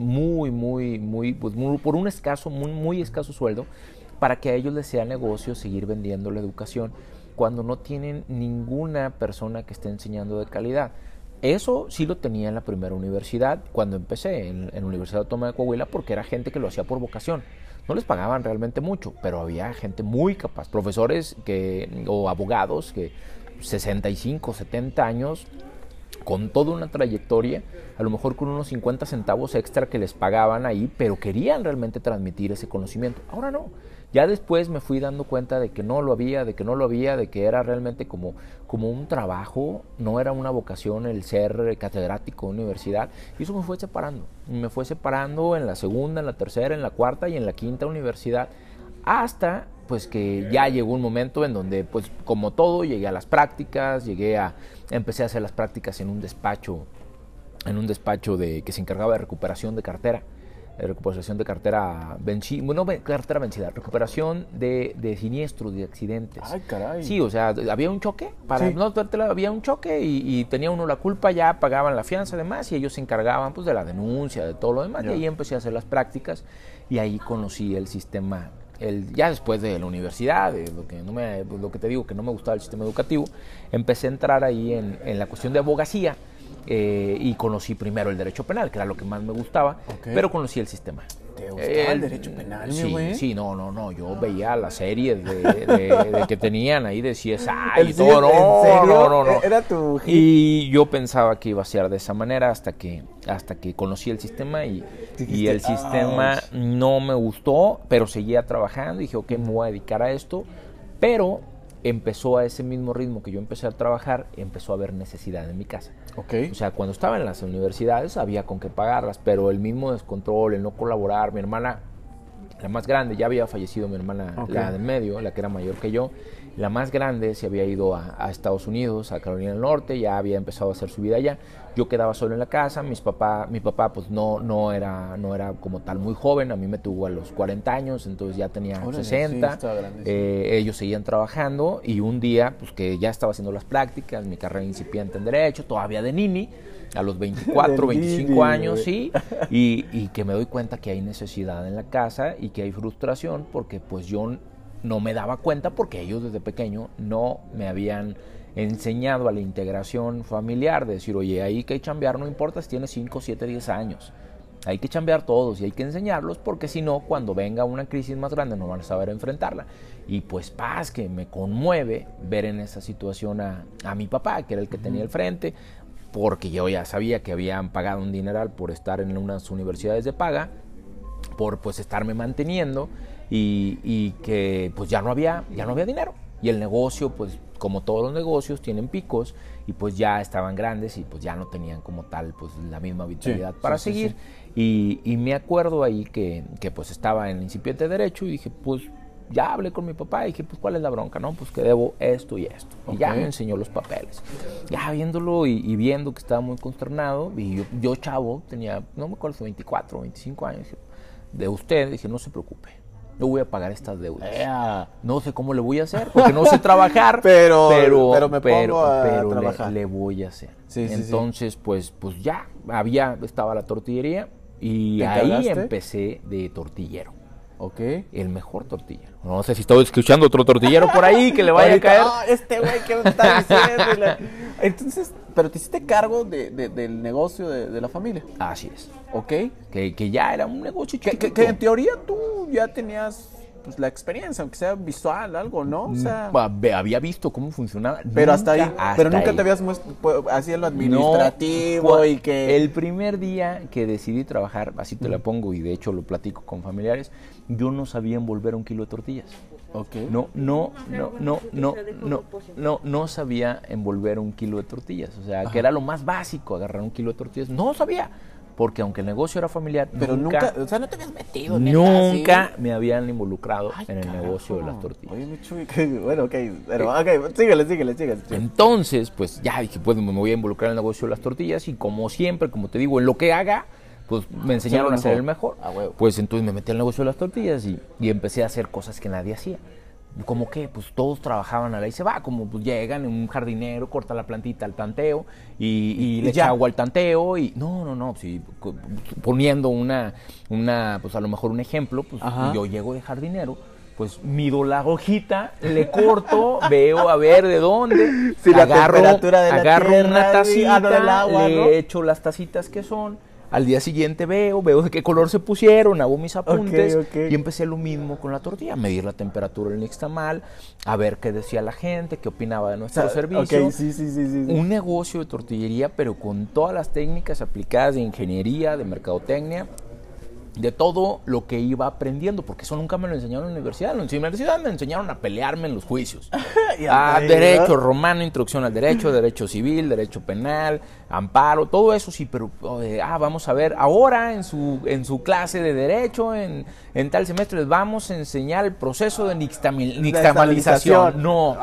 por un muy escaso sueldo, para que a ellos les sea negocio seguir vendiendo la educación cuando no tienen ninguna persona que esté enseñando de calidad. Eso sí lo tenía en la primera universidad, cuando empecé en la Universidad Autónoma de Coahuila, porque era gente que lo hacía por vocación. No les pagaban realmente mucho, pero había gente muy capaz, profesores o abogados que 65, 70 años, con toda una trayectoria, a lo mejor con unos 50 centavos extra que les pagaban ahí, pero querían realmente transmitir ese conocimiento. Ahora no. Ya después me fui dando cuenta de que no lo había, de que era realmente como un trabajo, no era una vocación el ser catedrático de universidad, y eso me fue separando en la segunda, en la tercera, en la cuarta y en la quinta universidad, hasta pues que ya llegó un momento en donde pues como todo llegué a las prácticas, empecé a hacer las prácticas en un despacho que se encargaba de recuperación de cartera. Recuperación de cartera vencida, recuperación de siniestros, de accidentes. Ay, caray. Sí, o sea, había un choque, había un choque y tenía uno la culpa, ya pagaban la fianza además y ellos se encargaban pues de la denuncia, de todo lo demás, y ahí empecé a hacer las prácticas y ahí conocí el sistema. Ya después de la universidad, lo que te digo, que no me gustaba el sistema educativo, empecé a entrar ahí en la cuestión de abogacía. Y conocí primero el derecho penal, que era lo que más me gustaba, pero conocí el sistema. ¿Te gustaba el derecho penal, mi güey? Sí, no, yo veía las series de que tenían ahí de CSI y todo, no. Era tu hit. Y yo pensaba que iba a ser de esa manera hasta que conocí el sistema y el sistema no me gustó, pero seguía trabajando y dije, ok, me voy a dedicar a esto, pero empezó a ese mismo ritmo que yo empecé a trabajar, empezó a haber necesidad en mi casa. Okay. O sea, cuando estaba en las universidades había con qué pagarlas, pero el mismo descontrol, el no colaborar, mi hermana La más grande, ya había fallecido mi hermana, la de en medio, la que era mayor que yo. La más grande se había ido a Estados Unidos, a Carolina del Norte, ya había empezado a hacer su vida allá. Yo quedaba solo en la casa, mi papá pues no era como tal muy joven, a mí me tuvo a los 40 años, entonces ya tenía 60. Sí, ellos seguían trabajando y un día, pues que ya estaba haciendo las prácticas, mi carrera incipiente en Derecho, todavía de nini, a los 24, 25 años, sí, y que me doy cuenta que hay necesidad en la casa y que hay frustración porque pues yo no me daba cuenta porque ellos desde pequeño no me habían enseñado a la integración familiar, de decir, oye, hay que chambear, no importa si tienes 5, 7, 10 años, hay que chambear todos y hay que enseñarlos porque si no, cuando venga una crisis más grande no van a saber enfrentarla. Y pues paz, que me conmueve ver en esa situación a mi papá, que era el que tenía el frente, porque yo ya sabía que habían pagado un dineral por estar en unas universidades de paga, por pues estarme manteniendo y que pues ya no había dinero. Y el negocio, pues como todos los negocios, tienen picos y pues ya estaban grandes y pues ya no tenían como tal pues la misma vitalidad para seguir. Sí. Y me acuerdo ahí que pues estaba en incipiente Derecho y dije, pues ya hablé con mi papá y dije, pues ¿cuál es la bronca? No, pues que debo esto y esto. Y ya me enseñó los papeles. Ya viéndolo y viendo que estaba muy consternado, y yo chavo, tenía, no me acuerdo, 24 o 25 años, de usted, dije, no se preocupe, yo voy a pagar estas deudas. No sé cómo le voy a hacer, porque no sé trabajar, pero me pongo a trabajar. Le voy a hacer. Sí, entonces, pues ya, estaba la tortillería y ahí empecé de tortillero. El mejor tortillero. No sé si estoy escuchando otro tortillero por ahí que le vaya a caer. Este güey que me está diciendo. Entonces, pero te hiciste cargo del negocio de la familia. Así es. Que ya era un negocio chiquito. Que en teoría tú ya tenías pues la experiencia, aunque sea visual, algo, ¿no? O sea, había visto cómo funcionaba. Pero nunca te habías hacía lo administrativo no, y que... El primer día que decidí trabajar, así te la pongo y de hecho lo platico con familiares, yo no sabía envolver 1 kilo de tortillas. No sabía envolver 1 kilo de tortillas. O sea, que era lo más básico, agarrar 1 kilo de tortillas. No sabía. Porque aunque el negocio era familiar, pero nunca, o sea, no te habías metido. Nunca me habían involucrado en el negocio de las tortillas. Oye, mi Chuy, bueno, pero síguele. Entonces, pues ya dije, pues me voy a involucrar en el negocio de las tortillas y como siempre, como te digo, en lo que haga, pues me enseñaron a ser el mejor. Pues entonces me metí al negocio de las tortillas y empecé a hacer cosas que nadie hacía. Como que pues todos trabajaban a la y se va, como pues llegan un jardinero, corta la plantita al tanteo y le echa agua al tanteo y no, sí, poniendo una pues a lo mejor un ejemplo, pues yo llego de jardinero, pues mido la hojita, le corto, veo a ver de dónde, si agarro tierra, una tacita, del agua, le echo las tacitas que son. Al día siguiente veo de qué color se pusieron, hago mis apuntes y empecé lo mismo con la tortilla, medir la temperatura del nixtamal, a ver qué decía la gente, qué opinaba de nuestro servicio. Sí. Un negocio de tortillería, pero con todas las técnicas aplicadas de ingeniería, de mercadotecnia, de todo lo que iba aprendiendo, porque eso nunca me lo enseñaron en la universidad. En la universidad me enseñaron a pelearme en los juicios. Derecho romano, introducción al derecho civil, derecho penal, amparo, todo eso sí, pero vamos a ver, ahora en su clase de derecho, en tal semestre les vamos a enseñar el proceso de nixtamalización. No,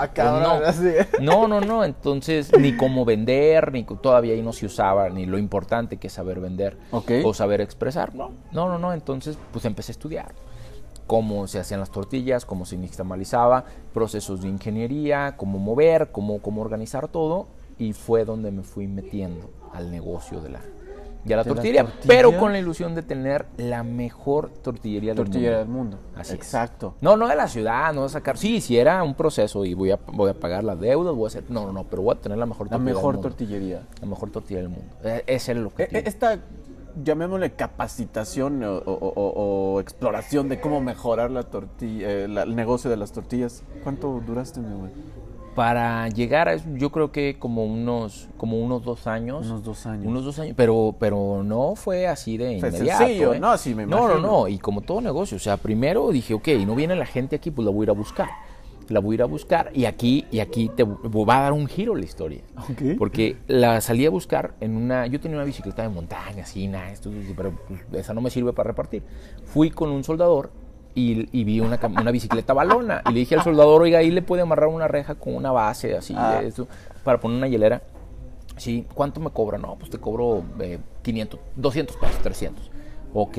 entonces ni cómo vender, ni todavía ahí no se usaba, ni lo importante que es saber vender o saber expresar, no, entonces pues empecé a estudiar cómo se hacían las tortillas, cómo se nixtamalizaba, procesos de ingeniería, cómo mover, cómo organizar todo, y fue donde me fui metiendo al negocio de la tortillería, pero con la ilusión de tener la mejor tortillería del mundo. Así exacto. Es. No de la ciudad, no de sacar. Sí, era un proceso y voy a pagar las deudas, voy a hacer. No, pero voy a tener la mejor tortillería. La mejor tortilla del mundo. Ese era el objetivo. Esta, llamémosle capacitación o exploración de cómo mejorar la tortilla, el negocio de las tortillas. ¿Cuánto duraste, mi güey? Para llegar a eso, yo creo que como unos 2 años. Unos 2 años. Unos 2 años, pero no fue así de inmediato. Sencillo, ¿no? Sí, me imagino. No, y como todo negocio, o sea, primero dije, no viene la gente aquí, pues la voy a ir a buscar. Y aquí te va a dar un giro la historia. Porque la salí a buscar yo tenía una bicicleta de montaña, así, pero pues, esa no me sirve para repartir. Fui con un soldador y vi una bicicleta balona. Y le dije al soldador, oiga, ahí le puede amarrar una reja con una base así, eso, para poner una hielera. Sí, ¿cuánto me cobra? No, pues te cobro 500, 200 pesos, 300. Ok.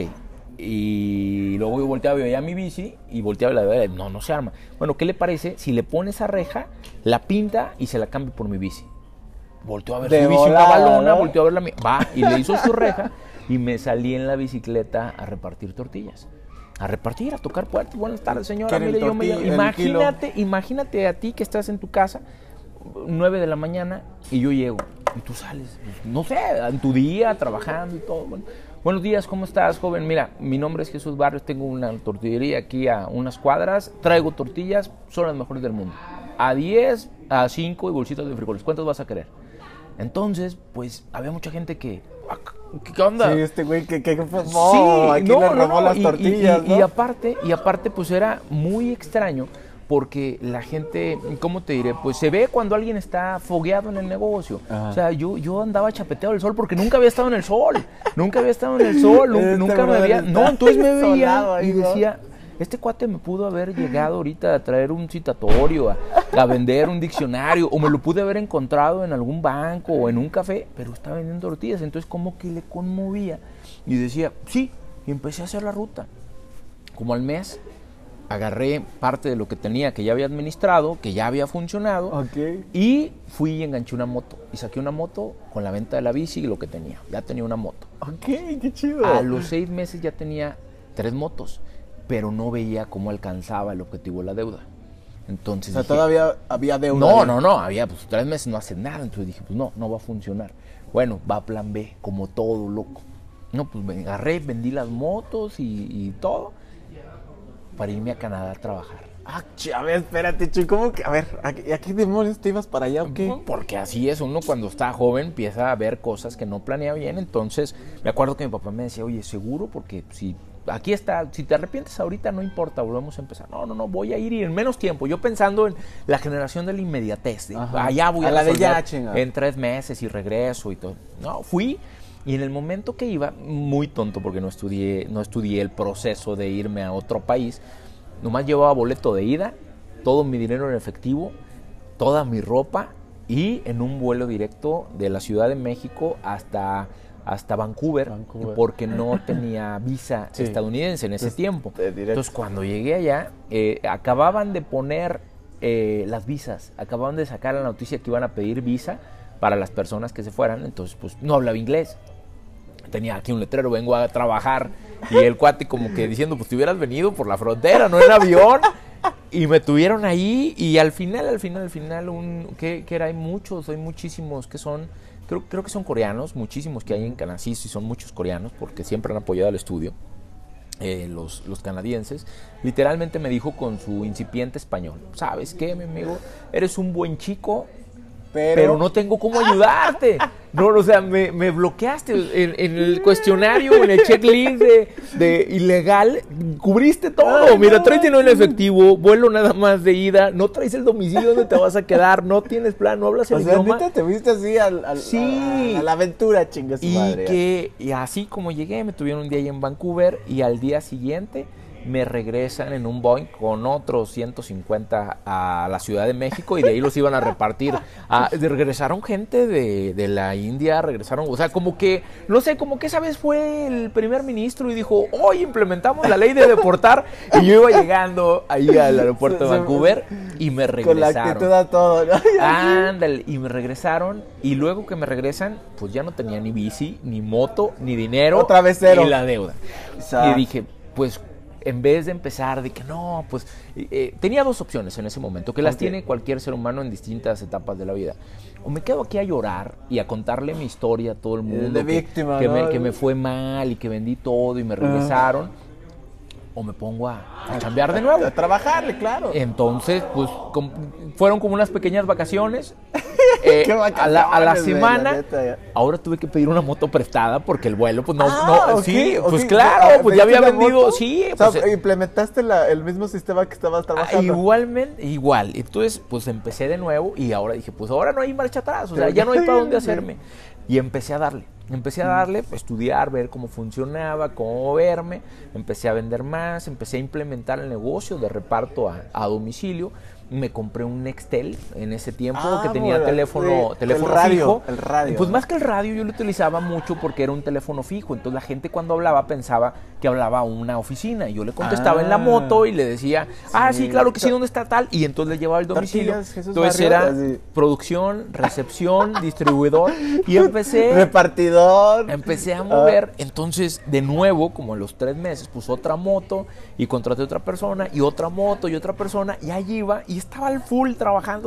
Y luego yo volteaba y veía mi bici y volteaba y la veía, no se arma. Bueno, ¿qué le parece si le pone esa reja, la pinta y se la cambia por mi bici? Volteó a ver su bici, una balona, volteó a ver la mía. Va, y le hizo su reja y me salí en la bicicleta a repartir tortillas. A tocar puertas. Buenas tardes, señora. Mire, yo me llamo. Imagínate a ti que estás en tu casa, 9 de la mañana, y yo llego. Y tú sales, no sé, en tu día, trabajando y todo. Bueno, buenos días, ¿cómo estás, joven? Mira, mi nombre es Jesús Barrios, tengo una tortillería aquí a unas cuadras, traigo tortillas, son las mejores del mundo. A 10, a 5 y bolsitas de frijoles. ¿Cuántos vas a querer? Entonces, pues, había mucha gente que... ¿Qué onda? Sí, este güey que fue... No, aquí le robó las tortillas, ¿no? Y aparte, pues, era muy extraño porque la gente, ¿cómo te diré? Pues se ve cuando alguien está fogueado en el negocio. Ajá. O sea, yo andaba chapeteado del sol porque nunca había estado en el sol. Nunca me había... No, entonces me veía y decía... Este cuate me pudo haber llegado ahorita a traer un citatorio, a vender un diccionario, o me lo pude haber encontrado en algún banco o en un café, pero estaba vendiendo tortillas. Entonces como que le conmovía y decía, sí, y empecé a hacer la ruta. Como al mes, agarré parte de lo que tenía, que ya había administrado, que ya había funcionado, y fui y enganché una moto. Y saqué una moto con la venta de la bici y lo que tenía. Ya tenía una moto. Ok, qué chido. A los 6 meses ya tenía 3 motos. Pero no veía cómo alcanzaba el objetivo de la deuda. Entonces dije, todavía había deuda. No, había, pues 3 meses no hace nada. Entonces dije, pues no va a funcionar. Bueno, va a plan B, como todo loco. No, pues me agarré, vendí las motos y todo para irme a Canadá a trabajar. A ver, espérate, Chuy, ¿cómo que? A ver, ¿a qué demonios te ibas para allá o qué? Porque así es, uno cuando está joven empieza a ver cosas que no planea bien. Entonces, me acuerdo que mi papá me decía, oye, ¿seguro? Porque si aquí está, si te arrepientes ahorita no importa, volvemos a empezar. No, voy a ir y en menos tiempo. Yo pensando en la generación de la inmediatez. Allá voy a la de ya, en 3 meses y regreso y todo. No, fui y en el momento que iba, muy tonto porque no estudié el proceso de irme a otro país. Nomás llevaba boleto de ida, todo mi dinero en efectivo, toda mi ropa y en un vuelo directo de la Ciudad de México hasta Vancouver, porque no tenía visa estadounidense en ese tiempo. Entonces, cuando llegué allá, acababan de poner las visas, acababan de sacar la noticia que iban a pedir visa para las personas que se fueran. Entonces, pues no hablaba inglés. Tenía aquí un letrero, vengo a trabajar, y el cuate como que diciendo, pues te hubieras venido por la frontera, no en avión. Y me tuvieron ahí y al final, que era, hay muchísimos que son, creo que son coreanos, muchísimos que hay en Canadá, sí, son muchos coreanos, porque siempre han apoyado al estudio, los canadienses. Literalmente me dijo con su incipiente español, ¿sabes qué, mi amigo? Eres un buen chico, pero no tengo cómo ayudarte. No, o sea, me bloqueaste en el cuestionario, en el checklist de ilegal, cubriste todo. Mira, traes dinero en efectivo, vuelo nada más de ida, no traes el domicilio donde te vas a quedar, no tienes plan, no hablas el idioma. O sea, te viste así a la aventura, chinga su madre. Y así como llegué, me tuvieron un día ahí en Vancouver y al día siguiente me regresan en un Boeing con otros 150 a la Ciudad de México y de ahí los iban a repartir. Regresaron gente de la India, o sea, como que, no sé, como que esa vez fue el primer ministro y dijo, hoy implementamos la ley de deportar, y yo iba llegando ahí al aeropuerto de Vancouver y me regresaron. Con la actitud a todo, ¿no? Ándale, y me regresaron, y luego que me regresan, pues ya no tenía ni bici, ni moto, ni dinero. Otra vez cero. Y la deuda. Exacto. Y dije, pues, en vez de empezar de que no, pues tenía 2 opciones en ese momento, que las tiene cualquier ser humano en distintas etapas de la vida. O me quedo aquí a llorar y a contarle mi historia a todo el mundo, de víctima, que me fue mal y que vendí todo y me regresaron, o me pongo a chambear de nuevo. A trabajarle, claro. Entonces, pues fueron como unas pequeñas vacaciones. A la semana, neta, ahora tuve que pedir una moto prestada porque el vuelo, pues pues claro, pues ya había vendido, moto? Sí. O sea, pues, implementaste el mismo sistema que estabas trabajando. Igual. Entonces, pues empecé de nuevo y ahora dije, pues ahora no hay marcha atrás, o sea, ya no hay para dónde hacerme. Y empecé a darle. Empecé a darle, estudiar, ver cómo funcionaba, cómo moverme, empecé a vender más, empecé a implementar el negocio de reparto a domicilio. Me compré un Nextel en ese tiempo que tenía teléfono fijo. El radio. Pues más que el radio yo lo utilizaba mucho porque era un teléfono fijo. Entonces la gente cuando hablaba pensaba que hablaba a una oficina. Y yo le contestaba en la moto y le decía, sí, claro que sí, ¿dónde está tal? Y entonces le llevaba el domicilio. Entonces era producción, recepción, distribuidor. Y repartidor. Empecé a mover. Entonces, de nuevo, como a los 3 meses, puse otra moto y contraté otra persona y otra moto y otra persona. Y allí iba y estaba al full trabajando,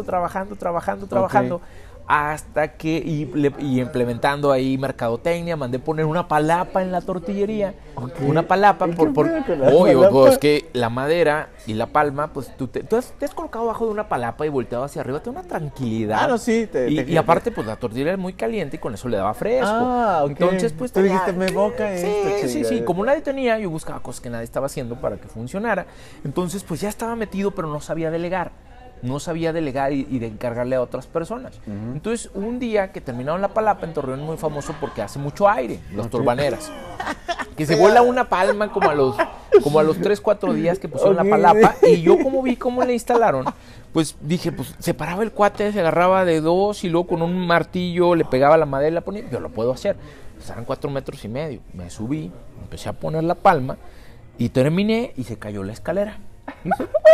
hasta que, y implementando ahí mercadotecnia, mandé poner una palapa en la tortillería, una palapa, pues que la madera y la palma, pues tú te has colocado abajo de una palapa y volteado hacia arriba, te da una tranquilidad. No, sí. Y aparte, pues la tortillería es muy caliente y con eso le daba fresco. Entonces, pues tú dijiste, me evoca esto. Sí, como nadie tenía, yo buscaba cosas que nadie estaba haciendo para que funcionara. Entonces, pues ya estaba metido, pero no sabía delegar. Y de encargarle a otras personas. Entonces, un día que terminaron la palapa en Torreón, es muy famoso porque hace mucho aire, los turbaneras. Que se vuela una palma como a los 3-4 días que pusieron la palapa. Y yo como vi cómo le instalaron, pues dije, pues se paraba el cuate, se agarraba de 2 y luego con un martillo le pegaba la madera y la ponía. Yo lo puedo hacer. Pues eran 4,5 metros. Me subí, empecé a poner la palma y terminé y se cayó la escalera. Y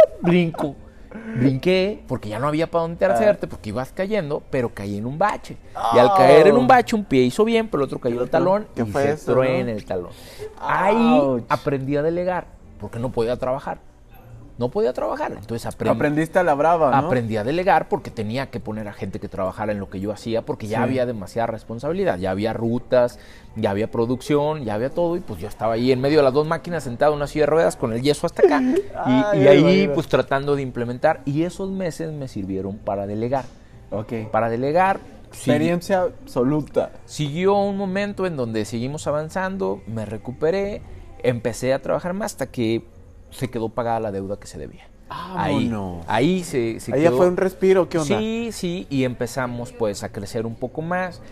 brinqué, porque ya no había para dónde hacerte, porque ibas cayendo, pero caí en un bache. Y al caer en un bache, un pie hizo bien, pero el otro cayó el talón y se truena el talón. Ahí aprendí a delegar, porque no podía trabajar. Entonces aprendiste a la brava, ¿no? Aprendí a delegar porque tenía que poner a gente que trabajara en lo que yo hacía, porque ya había demasiada responsabilidad, ya había rutas, ya había producción, ya había todo, y pues yo estaba ahí en medio de las 2 máquinas sentado en una silla de ruedas con el yeso hasta acá, y ahí pues tratando de implementar, y esos meses me sirvieron para delegar. Para delegar. Experiencia absoluta. Siguió un momento en donde seguimos avanzando, me recuperé, empecé a trabajar más hasta que se quedó pagada la deuda que se debía. Ahí se quedó. ¿Ahí ya fue un respiro? ¿Qué onda? Sí, y empezamos pues a crecer un poco más,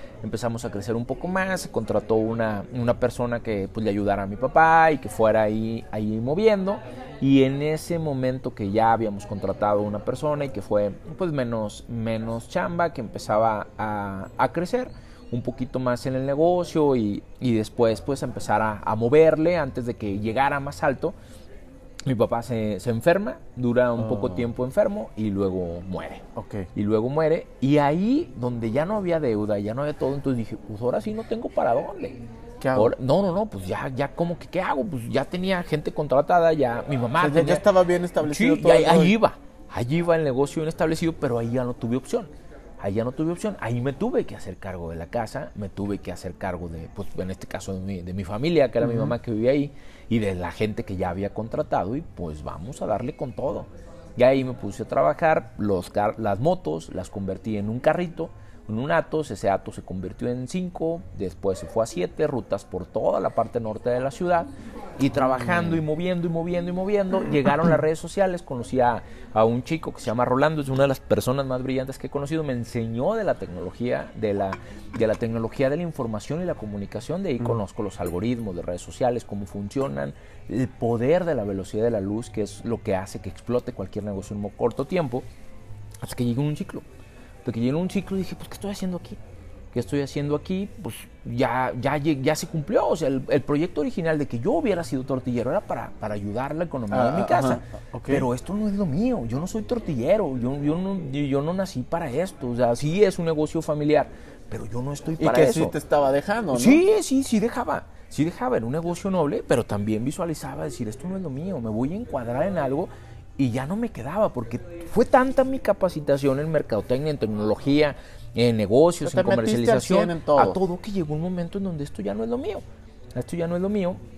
se contrató una persona que pues le ayudara a mi papá y que fuera ahí moviendo, y en ese momento que ya habíamos contratado una persona y que fue pues menos chamba, que empezaba a crecer un poquito más en el negocio y después pues empezar a moverle antes de que llegara más alto. Mi papá se enferma, dura un poco tiempo enfermo y luego muere. Y ahí, donde ya no había deuda, ya no había todo, entonces dije, pues ahora sí no tengo para dónde. ¿Qué hago? No, pues ya como que, ¿qué hago? Pues ya tenía gente contratada, ya mi mamá... O sea, ya estaba bien establecido todo. Sí, allí iba el negocio bien establecido, pero ahí ya no tuve opción. Ahí me tuve que hacer cargo de la casa, me tuve que hacer cargo de, pues en este caso de mi familia, que era mi mamá que vivía ahí, y de la gente que ya había contratado, y pues vamos a darle con todo. Y ahí me puse a trabajar, las motos las convertí en un carrito, en un Atos, ese Atos se convirtió en 5, después se fue a 7 rutas por toda la parte norte de la ciudad, y trabajando y moviendo, llegaron las redes sociales. Conocí a un chico que se llama Rolando, es una de las personas más brillantes que he conocido, me enseñó de la tecnología, de la tecnología de la información y la comunicación. De ahí conozco los algoritmos de redes sociales, cómo funcionan, el poder de la velocidad de la luz, que es lo que hace que explote cualquier negocio en un corto tiempo, hasta que llegué a un ciclo. Dije, pues, ¿qué estoy haciendo aquí? Pues ya se cumplió. O sea, el proyecto original de que yo hubiera sido tortillero era para ayudar la economía de mi casa. Pero esto no es lo mío. Yo no soy tortillero. Yo no nací para esto. O sea, sí es un negocio familiar, pero yo no estoy para eso. Y que sí te estaba dejando, ¿no? Sí dejaba. Era un negocio noble, pero también visualizaba decir, esto no es lo mío. Me voy a encuadrar en algo. Y ya no me quedaba, porque fue tanta mi capacitación en mercadotecnia, en tecnología, en negocios, en comercialización, a todo, que llegó un momento en donde esto ya no es lo mío.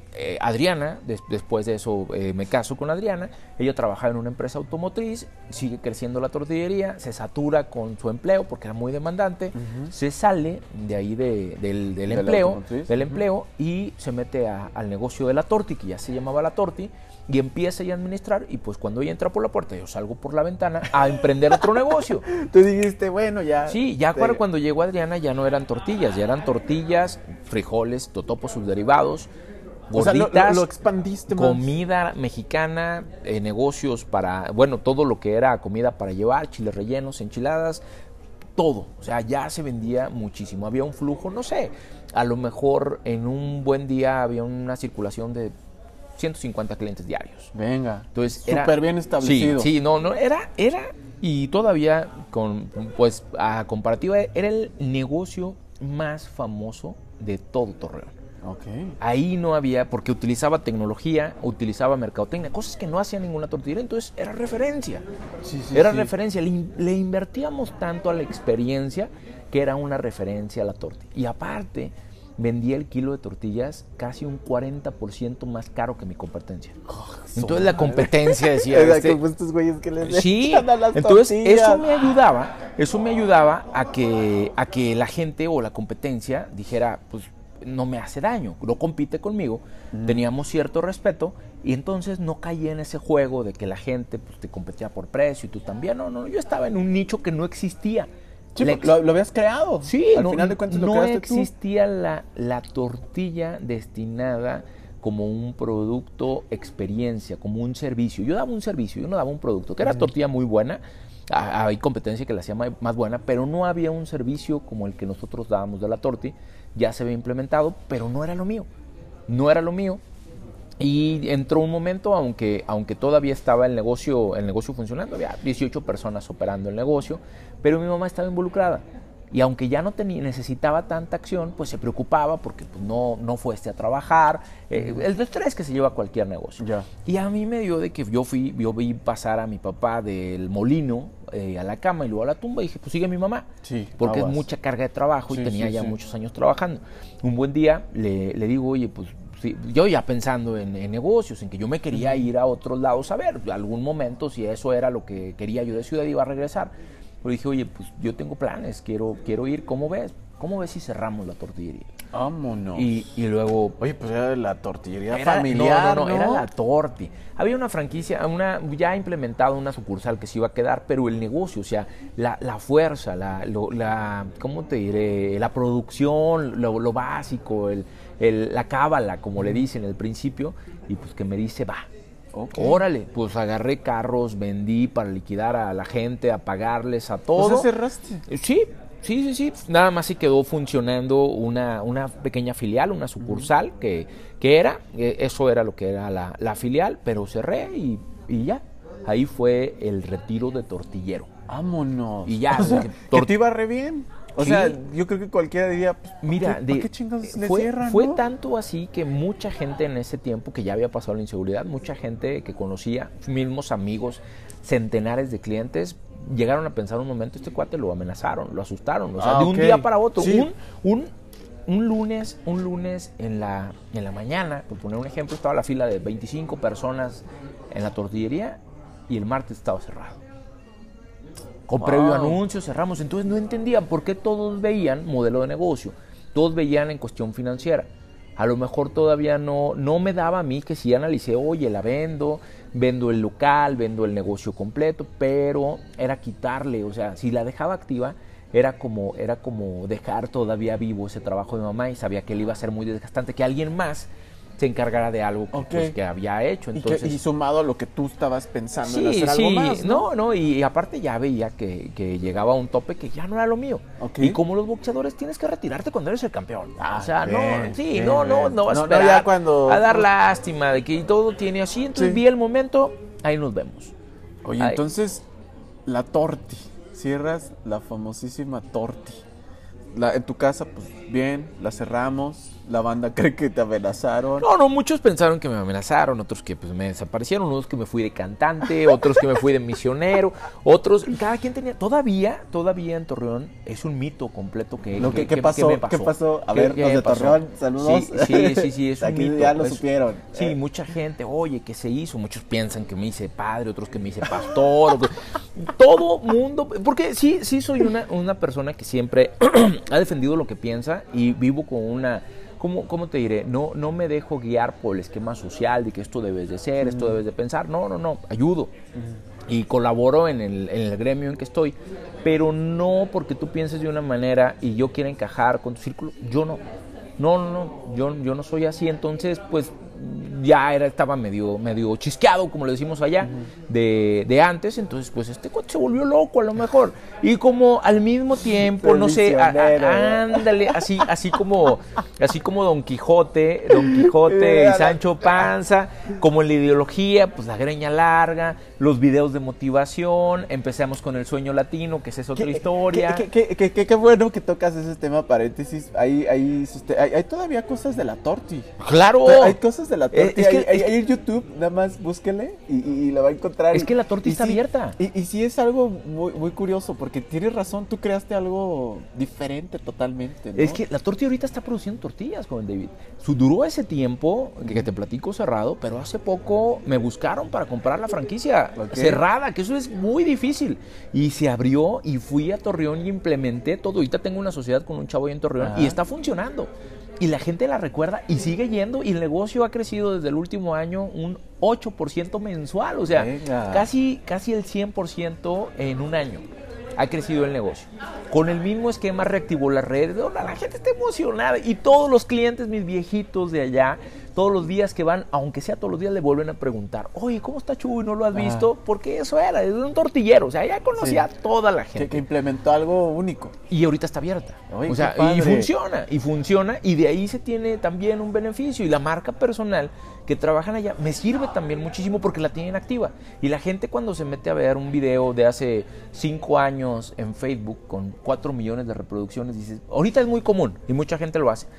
Adriana, después de eso me caso con Adriana, ella trabajaba en una empresa automotriz, sigue creciendo la tortillería, se satura con su empleo porque era muy demandante, se sale de ahí del empleo y se mete al negocio de la torti, que ya se llamaba la torti, y empieza ya a administrar, y pues cuando ella entra por la puerta, yo salgo por la ventana a emprender otro negocio. Tú dijiste, bueno, ya... Sí, ya cuando llegó Adriana ya no eran tortillas, ya eran tortillas, frijoles, totopos, sus derivados, gorditas, o sea, lo expandiste más. Comida mexicana, negocios para, bueno, todo lo que era comida para llevar, chiles rellenos, enchiladas, todo. O sea, ya se vendía muchísimo. Había un flujo, no sé, a lo mejor en un buen día había una circulación de 150 clientes diarios. Venga, entonces súper bien establecido. Sí, era, y todavía, pues a comparativa, era el negocio más famoso de todo Torreón. Okay. Ahí no había, porque utilizaba tecnología, utilizaba mercadotecnia, cosas que no hacía ninguna tortillería, entonces era referencia. Referencia, le invertíamos tanto a la experiencia que era una referencia a la torta. Y aparte, vendía el kilo de tortillas casi un 40% más caro que mi competencia. Entonces la competencia decía... estos güeyes que les echan a las entonces tortillas. Eso me ayudaba a que la gente o la competencia dijera, pues no me hace daño, no compite conmigo, teníamos cierto respeto y entonces no caí en ese juego de que la gente pues, te competía por precio y tú también. No, yo estaba en un nicho que no existía. Sí, lo habías creado. Sí, al final de cuentas no creaste existía la tortilla destinada como un producto experiencia, como un servicio. Yo daba un servicio, yo no daba un producto, que era tortilla muy buena, hay competencia que la hacía más buena, pero no había un servicio como el que nosotros dábamos de la torti. Ya se había implementado, pero no era lo mío. Y entró un momento, aunque todavía estaba el negocio funcionando, había 18 personas operando el negocio, pero mi mamá estaba involucrada. Y aunque ya no necesitaba tanta acción, pues se preocupaba porque pues, no fuese a trabajar, el estrés que se lleva a cualquier negocio. Ya. Y a mí me dio de que yo vi pasar a mi papá del molino a la cama y luego a la tumba y dije, pues sigue mi mamá, porque es mucha carga de trabajo y tenía ya muchos años trabajando. Un buen día le digo, oye, pues sí, yo ya pensando en negocios, en que yo me quería ir a otros lados a ver, algún momento si eso era lo que quería yo de ciudad iba a regresar. Pero dije, oye, pues yo tengo planes, quiero ir, ¿cómo ves? ¿Cómo ves si cerramos la tortillería? Vámonos. Y luego... Oye, pues era la tortillería familiar, ¿no? Era la torti. Había una franquicia, ya implementado una sucursal que se iba a quedar, pero el negocio, o sea, la fuerza, ¿cómo te diré? La producción, lo básico, la cábala, como le dicen al principio, y pues que me dice, va. Okay. Órale, pues agarré carros, vendí para liquidar a la gente, a pagarles a todo. ¿O sea, cerraste? Sí. Nada más se quedó funcionando una pequeña filial, una sucursal, que eso era lo que era la filial, pero cerré y ya. Ahí fue el retiro de tortillero. Vámonos. Y ya. O sea, que te iba re bien. O sea, yo creo que cualquiera diría, pues, mira, ¿por qué chingados le cierran? Fue tanto así que mucha gente en ese tiempo, que ya había pasado la inseguridad, mucha gente que conocía, mismos amigos, centenares de clientes, llegaron a pensar un momento, este cuate lo amenazaron, lo asustaron, o sea, de un día para otro. Sí. Un lunes en la mañana, por poner un ejemplo, estaba la fila de 25 personas en la tortillería y el martes estaba cerrado. Con previo anuncio, cerramos. Entonces no entendían por qué todos veían modelo de negocio. Todos veían en cuestión financiera. A lo mejor todavía no me daba a mí que si analicé, oye, la vendo el local, vendo el negocio completo, pero era quitarle, o sea, si la dejaba activa, era como dejar todavía vivo ese trabajo de mamá y sabía que él iba a ser muy desgastante, que alguien más se encargara de algo que había hecho. Entonces, y sumado a lo que tú estabas pensando en hacer algo más, ¿no? Y aparte ya veía que llegaba a un tope que ya no era lo mío. Okay. Y como los boxeadores tienes que retirarte cuando eres el campeón. O sea, no vas a esperar a dar lástima de que todo tiene así. Entonces vi el momento, ahí nos vemos. Oye, entonces la torti, cierras la famosísima torti. en tu casa, pues bien, la cerramos. La banda cree que te amenazaron. No, muchos pensaron que me amenazaron, otros que pues me desaparecieron, otros que me fui de cantante, otros que me fui de misionero, otros, cada quien tenía, todavía en Torreón es un mito completo que ¿Qué pasó? me pasó. ¿Qué pasó? A ver, los de Torreón, saludos. Sí, es un Aquí mito. ya lo supieron. Sí, mucha gente, oye, ¿qué se hizo? Muchos piensan que me hice padre, otros que me hice pastor, todo mundo, porque sí soy una persona que siempre ha defendido lo que piensa y vivo con una... ¿Cómo te diré? No me dejo guiar por el esquema social de que esto debes de ser, esto debes de pensar. No, ayudo. Y colaboro en el gremio en que estoy, pero no porque tú pienses de una manera y yo quiera encajar con tu círculo. Yo no. Yo no soy así, entonces pues ya estaba medio chisqueado, como le decimos allá, de antes, entonces pues este cuate se volvió loco a lo mejor, y como al mismo tiempo, no sé, ándale, así como Don Quijote y Sancho Panza, como en la ideología, pues la greña larga, los videos de motivación, empezamos con el sueño latino, que esa es otra historia. Qué bueno que tocas ese tema, paréntesis, hay todavía cosas de la torti. ¡Claro! Hay cosas de la torti, hay en YouTube, nada más búsquele y la va a encontrar. Es que la torti está abierta. Y sí es algo muy, muy curioso, porque tienes razón, tú creaste algo diferente totalmente, ¿no? Es que la torti ahorita está produciendo tortillas, joven David. Duró ese tiempo, que te platico cerrado, pero hace poco me buscaron para comprar la franquicia cerrada, que eso es muy difícil. Y se abrió y fui a Torreón y implementé todo. Ahorita tengo una sociedad con un chavo ahí en Torreón y está funcionando. Y la gente la recuerda y sigue yendo, y el negocio ha crecido desde el último año un 8% mensual, o sea, casi el 100% en un año ha crecido el negocio. Con el mismo esquema reactivó las redes, la gente está emocionada, y todos los clientes, mis viejitos de allá, todos los días que van, aunque sea todos los días, le vuelven a preguntar, oye, ¿cómo está Chuy? ¿No lo has visto? Porque eso era un tortillero, o sea, ya conocía a toda la gente. Que implementó algo único. Y ahorita está abierta. Oye, o sea, y funciona, y de ahí se tiene también un beneficio. Y la marca personal que trabajan allá me sirve también muchísimo porque la tienen activa. Y la gente, cuando se mete a ver un video de hace 5 años en Facebook con 4 millones de reproducciones, dices, ahorita es muy común y mucha gente lo hace.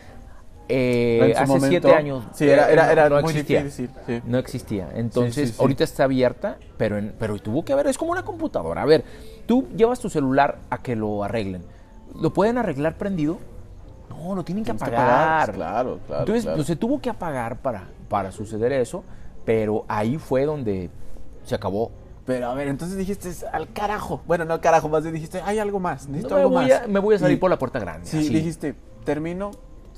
Hace 7 años era no muy existía. difícil. Sí. No existía. Entonces, ahorita está abierta, pero tuvo que haber, es como una computadora. A ver, tú llevas tu celular a que lo arreglen. ¿Lo pueden arreglar prendido? No, lo tienen que apagar. Claro. Entonces, se tuvo que apagar para suceder eso, pero ahí fue donde se acabó. Pero a ver, entonces dijiste, al carajo. Bueno, no al carajo, más bien dijiste, hay algo más, necesito algo más. Me voy a salir por la puerta grande. Sí, así. dijiste, termino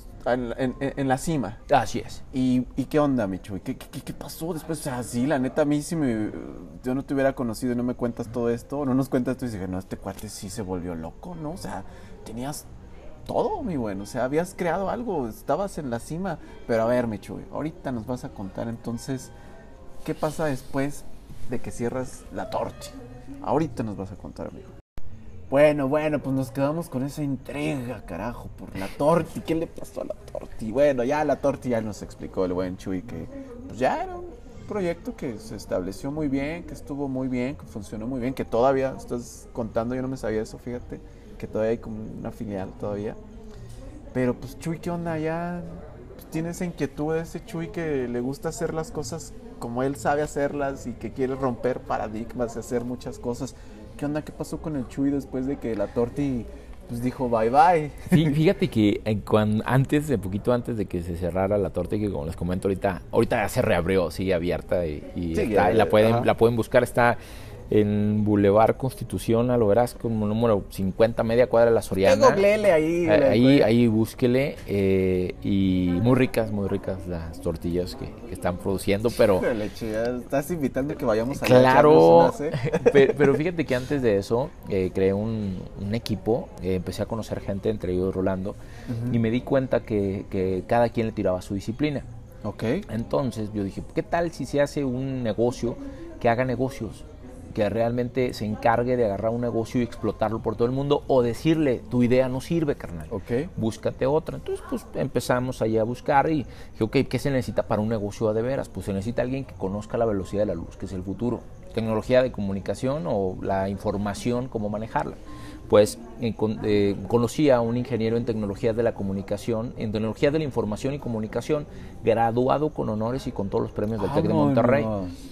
en la cima. Así es. ¿Y qué onda, mi Chuy? ¿Qué pasó después? O sea, sí, la neta, a mí si yo no te hubiera conocido y no me cuentas todo esto, no nos cuentas tú y dije, no, este cuate sí se volvió loco, ¿no? O sea, tenías todo, mi bueno, o sea, habías creado algo, estabas en la cima. Pero a ver, mi Chuy, ahorita nos vas a contar entonces qué pasa después de que cierras la torti. Ahorita nos vas a contar, amigo. Bueno, pues nos quedamos con esa intriga, carajo, por la torti. ¿Qué le pasó a la torti? Bueno, ya la torti ya nos explicó el buen Chuy que pues ya era un proyecto que se estableció muy bien, que estuvo muy bien, que funcionó muy bien, que todavía estás contando, yo no me sabía eso, fíjate, que todavía hay como una filial todavía. Pero pues Chuy, ¿qué onda? Ya pues, tiene esa inquietud de ese Chuy que le gusta hacer las cosas como él sabe hacerlas y que quiere romper paradigmas y hacer muchas cosas. ¿Qué onda? ¿Qué pasó con el Chuy después de que la torti pues dijo bye bye? Fíjate que poquito antes de que se cerrara la torti, que como les comento ahorita ya se reabrió, sigue abierta y la pueden buscar, está en Boulevard Constitución, lo verás, como número 50, media cuadra de la Soriana. Googlele ahí búsquele, y muy ricas las tortillas que están produciendo, pero... Estás invitando a que vayamos a claro, pero fíjate que antes de eso creé un equipo, empecé a conocer gente, entre ellos Rolando, y me di cuenta que cada quien le tiraba su disciplina. Okay. Entonces yo dije, ¿qué tal si se hace un negocio que haga negocios? Que realmente se encargue de agarrar un negocio y explotarlo por todo el mundo, o decirle, tu idea no sirve, carnal, búscate otra. Entonces pues empezamos allá a buscar y dije, ok, ¿qué se necesita para un negocio de veras? Pues se necesita alguien que conozca la velocidad de la luz, que es el futuro, tecnología de comunicación o la información, cómo manejarla. pues conocí a un ingeniero en tecnologías de la comunicación, en tecnologías de la información y comunicación, graduado con honores y con todos los premios del TEC de Monterrey.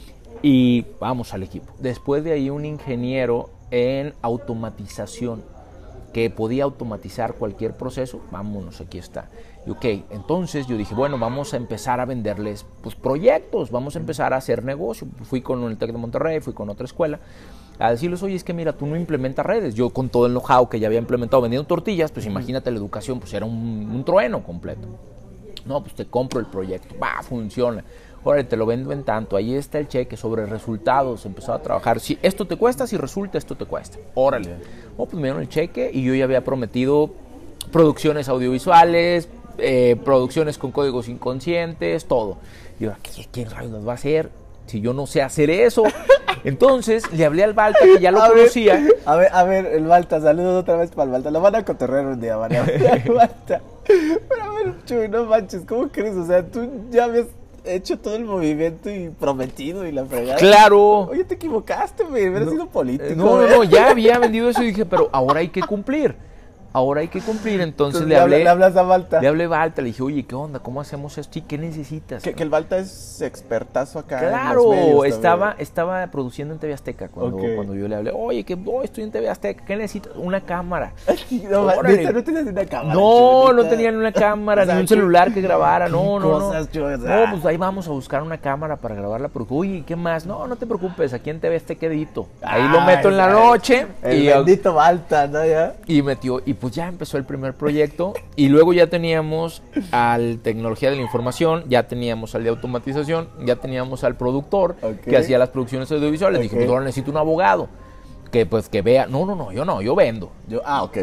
Y vamos al equipo. Después de ahí un ingeniero en automatización, que podía automatizar cualquier proceso. Vámonos, aquí está. Y ok, entonces yo dije, bueno, vamos a empezar a venderles pues, proyectos, vamos a empezar a hacer negocio. Fui con el TEC de Monterrey, fui con otra escuela, a decirles, oye, es que mira, tú no implementas redes. Yo con todo el know-how que ya había implementado vendiendo tortillas, pues imagínate la educación, pues era un trueno completo. No, pues te compro el proyecto, va, funciona. Órale, te lo vendo en tanto, ahí está el cheque sobre resultados, empezó a trabajar. Si esto te cuesta, si resulta, esto te cuesta. Órale. Oh, pues me dieron el cheque y yo ya había prometido producciones audiovisuales, producciones con códigos inconscientes, todo. Y yo, ¿quién rayos nos va a hacer si yo no sé hacer eso? Entonces le hablé al Balta, que ya lo conocía. A ver, el Balta, saludos otra vez para el Balta. Lo van a cotorrear un día, María. Balta. Pero a ver, Chuy, no manches, ¿cómo crees? O sea, tú ya habías hecho todo el movimiento y prometido y la fregada. Claro. Oye, te equivocaste, güey. Hubieras sido político. No, ya había vendido eso y dije, pero ahora hay que cumplir. Entonces le hablé. Le hablas a Balta. Le hablé a Balta, le dije, oye, ¿qué onda? ¿Cómo hacemos esto? ¿Y qué necesitas? Que el Balta es expertazo acá. Claro, en los medios estaba produciendo en TV Azteca cuando yo le hablé, oye, que estoy en TV Azteca, ¿qué necesitas? Una cámara. No tenías una cámara. No tenían una cámara, ni un celular que grabara, no. No, pues ahí vamos a buscar una cámara para grabarla, pero oye, ¿qué más? No te preocupes, aquí en TV Azteca edito. Ahí lo meto en la noche. El bendito Balta, ¿no? Ya. Y metió, y pues ya empezó el primer proyecto, y luego ya teníamos al tecnología de la información, ya teníamos al de automatización, ya teníamos al productor que hacía las producciones audiovisuales. Dije, pues ahora necesito un abogado que pues que vea. Yo vendo. Ok.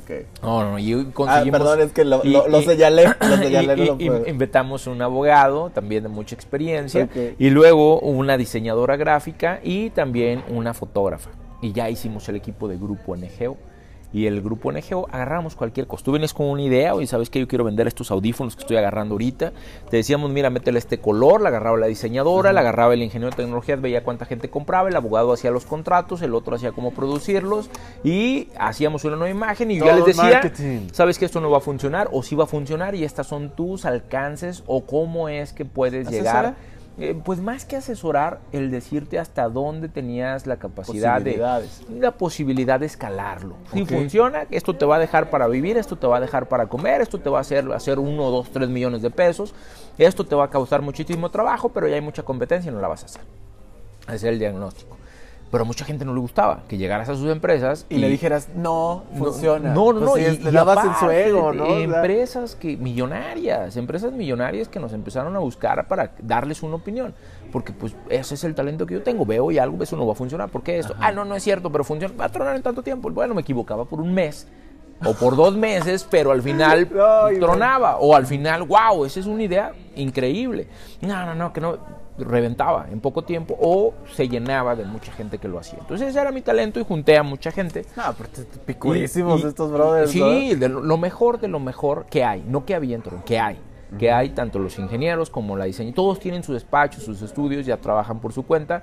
No, y conseguimos. Perdón, es que lo señalé. Inventamos un abogado, también de mucha experiencia, y luego una diseñadora gráfica y también una fotógrafa. Y ya hicimos el equipo de Grupo NGO. Y el Grupo NGO agarramos cualquier cosa. Tú vienes con una idea, oye, ¿sabes qué? Yo quiero vender estos audífonos que estoy agarrando ahorita. Te decíamos, mira, métele este color, la agarraba la diseñadora, la agarraba el ingeniero de tecnologías, veía cuánta gente compraba, el abogado hacía los contratos, el otro hacía cómo producirlos, y hacíamos una nueva imagen, y yo ya les decía, ¿sabes que esto no va a funcionar? O sí va a funcionar, y estas son tus alcances, o cómo es que puedes llegar. Pues más que asesorar, el decirte hasta dónde tenías la capacidad la posibilidad de escalarlo. Si funciona, esto te va a dejar para vivir, esto te va a dejar para comer, esto te va a hacer 1, 2, 3 millones de pesos, esto te va a causar muchísimo trabajo, pero ya hay mucha competencia y no la vas a hacer. Ese es el diagnóstico. Pero a mucha gente no le gustaba que llegaras a sus empresas y le dijeras, no, funciona. No, y le dabas en su ego, ¿no? Empresas millonarias que nos empezaron a buscar para darles una opinión. Porque pues ese es el talento que yo tengo. Veo y algo, eso no va a funcionar. ¿Por qué esto? No es cierto, pero funciona. Va a tronar en tanto tiempo. Bueno, me equivocaba por un mes o por 2 meses, pero al final tronaba. O al final, wow, esa es una idea increíble. No, que no. Reventaba en poco tiempo o se llenaba de mucha gente que lo hacía. Entonces ese era mi talento y junté a mucha gente. Pero picurísimos estos brothers. Sí, ¿no? de lo mejor que hay, no que había en Torreón, que hay. Que hay tanto los ingenieros como la diseñadora, todos tienen su despacho, sus estudios, ya trabajan por su cuenta,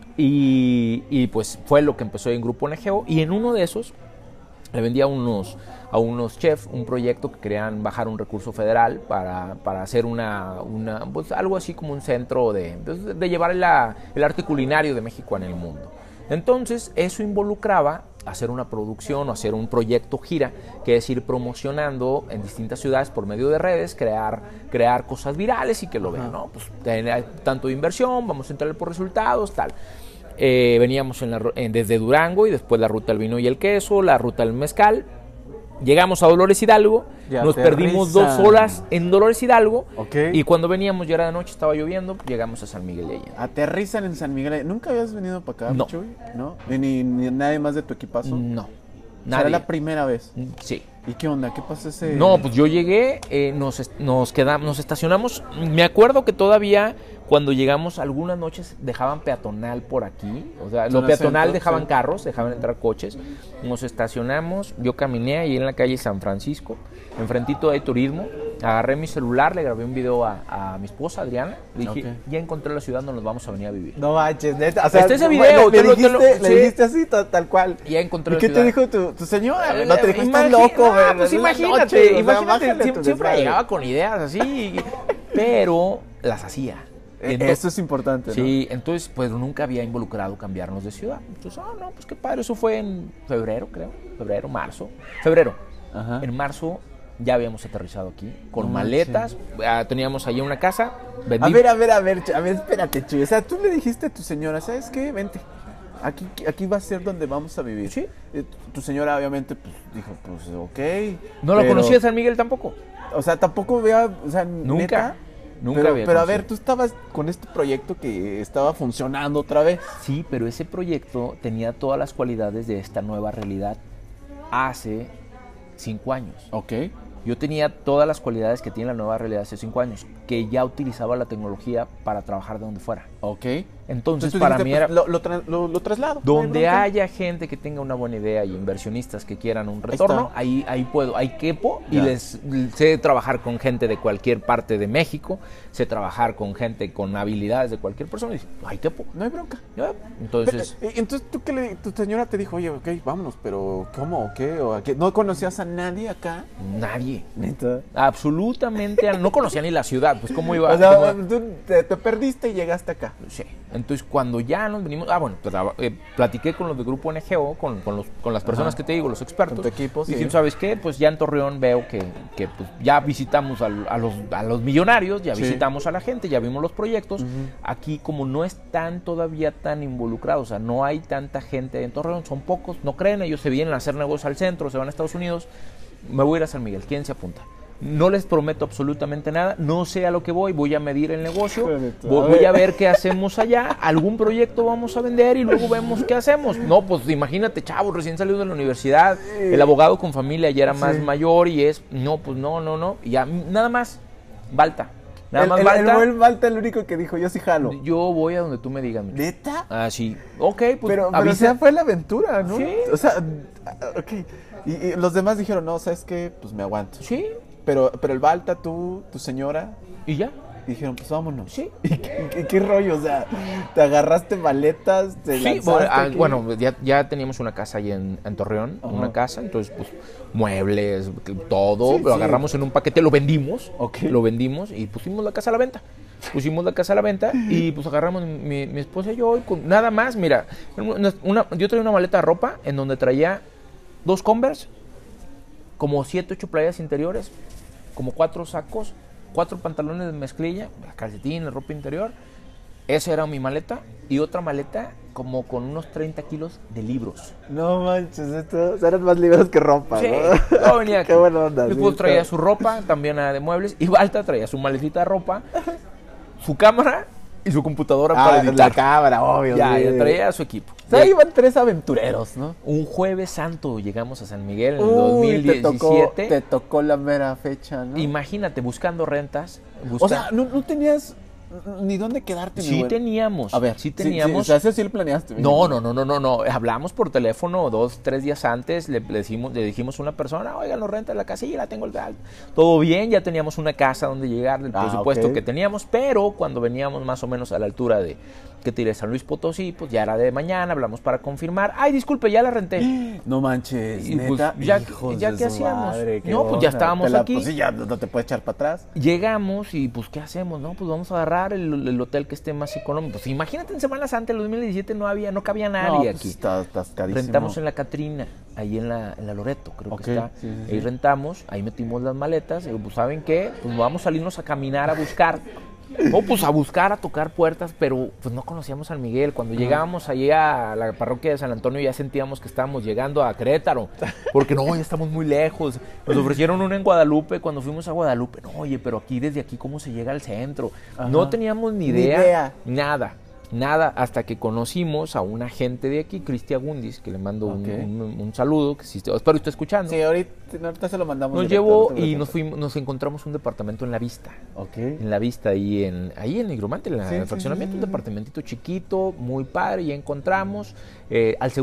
y pues fue lo que empezó en Grupo NGO, y en uno de esos le vendía a unos chefs un proyecto que querían bajar un recurso federal para hacer pues algo así como un centro de llevar el arte culinario de México en el mundo. Entonces eso involucraba hacer una producción o hacer un proyecto gira, que es ir promocionando en distintas ciudades por medio de redes, crear cosas virales y que lo vean, ¿no? Pues tanto de inversión, vamos a entrar por resultados, tal. Veníamos desde Durango y después la ruta del vino y el queso, la ruta del mezcal. Llegamos a Dolores Hidalgo, nos perdimos 2 horas en Dolores Hidalgo, y cuando veníamos ya era de noche, estaba lloviendo, llegamos a San Miguel de Allende. Aterrizan en San Miguel. ¿Nunca habías venido para acá, no. Chuy? ¿No? ¿Ni nadie más de tu equipazo? No. ¿Era la primera vez? Sí. ¿Y qué onda? ¿Qué pasó ese...? No, pues yo llegué, nos estacionamos. Me acuerdo que todavía cuando llegamos algunas noches dejaban peatonal por aquí. O sea, lo peatonal dejaban carros, dejaban entrar coches. Nos estacionamos, yo caminé ahí en la calle San Francisco. Enfrentito hay turismo. Agarré mi celular, le grabé un video a mi esposa, Adriana. Le dije, ya encontré la ciudad donde nos vamos a venir a vivir. No manches, neta. O sea, ese video. Le dijiste así, tal cual. Ya encontré la ciudad. ¿Y qué te dijo tu señora? No te dijo, estás loco, güey. Pues imagínate, siempre llegaba con ideas así, pero las hacía. Entonces, eso es importante, ¿no? Sí, entonces pues nunca había involucrado cambiarnos de ciudad. Entonces, no, pues qué padre, eso fue en febrero, creo, marzo. Ajá. En marzo ya habíamos aterrizado aquí con maletas, teníamos allí una casa. A ver, espérate, Chuy. O sea, tú le dijiste a tu señora, ¿sabes qué? Vente. Aquí va a ser donde vamos a vivir. Sí. Tu señora obviamente pues dijo, pues ok. ¿No la conocía San Miguel tampoco? O sea, tampoco vea, o sea, nunca. Neta, Nunca había pero a ver, tú estabas con este proyecto que estaba funcionando otra vez. Sí, pero ese proyecto tenía todas las cualidades de esta nueva realidad hace 5 años. Ok. Yo tenía todas las cualidades que tiene la nueva realidad hace 5 años, que ya utilizaba la tecnología para trabajar de donde fuera. Ok. Entonces para mí era... Lo traslado. Donde haya gente que tenga una buena idea y inversionistas que quieran un retorno, ahí puedo, ahí quepo y sé trabajar con gente de cualquier parte de México, sé trabajar con gente con habilidades de cualquier persona y dice, ahí quepo. No hay bronca. Entonces... Entonces tu señora te dijo, oye, ok, vámonos, pero ¿cómo? ¿O qué? ¿O qué? ¿No conocías a nadie acá? Nadie. ¿Neta? Absolutamente. No conocía ni la ciudad, pues cómo iba. O sea, tú te perdiste y llegaste acá. Sí. Entonces cuando ya nos venimos, platiqué con los de Grupo NGO, con las personas que te digo, los expertos. Con tu equipo, sí. Y ¿sabes qué? Pues ya en Torreón veo que pues ya visitamos a los millonarios, ya visitamos a la gente, ya vimos los proyectos. Aquí como no están todavía tan involucrados, o sea, no hay tanta gente en Torreón, son pocos, no creen, ellos se vienen a hacer negocios al centro, se van a Estados Unidos. Me voy a ir a San Miguel, ¿quién se apunta? No les prometo absolutamente nada, no sé a lo que voy a medir el negocio, voy a ver qué hacemos allá, algún proyecto vamos a vender y luego vemos qué hacemos. No, pues imagínate, chavos, recién salido de la universidad, el abogado con familia ya era más mayor y no, y ya nada más, Balta. El Balta el único que dijo, yo sí jalo. Yo voy a donde tú me digas. ¿Neta? Ah, sí. Ok, pues pero o sea, fue la aventura, ¿no? Sí. O sea, ok. Y los demás dijeron, no, ¿sabes qué? Pues me aguanto. Sí. Pero el Balta, tu señora. ¿Y ya? Dijeron, pues vámonos. Sí. ¿Y qué rollo? O sea, ¿te agarraste maletas? Sí, bueno, ya teníamos una casa ahí en Torreón, una casa, entonces pues muebles, todo, lo agarramos en un paquete, lo vendimos y pusimos la casa a la venta. Y pues agarramos mi esposa y yo, nada más, mira, yo traía una maleta de ropa en donde traía 2 Converse, como 7, 8 playas interiores, como 4 sacos, 4 pantalones de mezclilla, calcetines, ropa interior. Esa era mi maleta. Y otra maleta como con unos 30 kilos de libros. No manches, eran más libros que ropa, sí, ¿no? Todo venía aquí. Qué buena onda. Después traía su ropa, también de muebles. Y Balta traía su maletita de ropa, su cámara y su computadora para editar. La cámara, obvio. Ya traía su equipo. O sea, iban 3 aventureros, ¿no? Un Jueves Santo llegamos a San Miguel en 2017. Te tocó la mera fecha, ¿no? Imagínate, buscando rentas. O sea, ¿no tenías ni dónde quedarte? Sí teníamos. A ver, sí teníamos. Sí, o sea, eso sí lo planeaste. No. Hablamos por teléfono 2, 3 días antes, le dijimos a una persona, oigan, nos renta la casa y la tengo. Todo bien, ya teníamos una casa donde llegar, del presupuesto que teníamos, pero cuando veníamos más o menos a la altura de que tiré San Luis Potosí, pues ya era de mañana, hablamos para confirmar. Ay, disculpe, ya la renté. No manches, y neta. Pues, ya ¿qué hacíamos? Madre, no, pues ya estábamos aquí. Pues sí, ya no te puedes echar para atrás. Llegamos y pues ¿qué hacemos? No, pues vamos a agarrar el hotel que esté más económico. Pues imagínate, en Semana Santa, en el 2017 no cabía nadie aquí. Estás carísimo. Rentamos en la Catrina, ahí en la Loreto, creo que está. Sí. Ahí rentamos, ahí metimos las maletas. Y pues ¿saben qué? Pues vamos a salirnos a caminar, a buscar. Pues a buscar, a tocar puertas, pero pues no conocíamos San Miguel. Cuando llegábamos allí a la parroquia de San Antonio ya sentíamos que estábamos llegando a Querétaro, porque no, ya estamos muy lejos. Nos ofrecieron una en Guadalupe, cuando fuimos a Guadalupe, no, oye, pero desde aquí ¿cómo se llega al centro? No teníamos ni idea. Nada, hasta que conocimos a un agente de aquí, Cristi Agundis, que le mando un saludo, que espero que esté escuchando. Sí, ahorita se lo mandamos. Nos llevó y nos encontramos un departamento en La Vista. En La Vista, ahí en Nigromante, en el fraccionamiento, un departamentito chiquito, muy padre, y encontramos.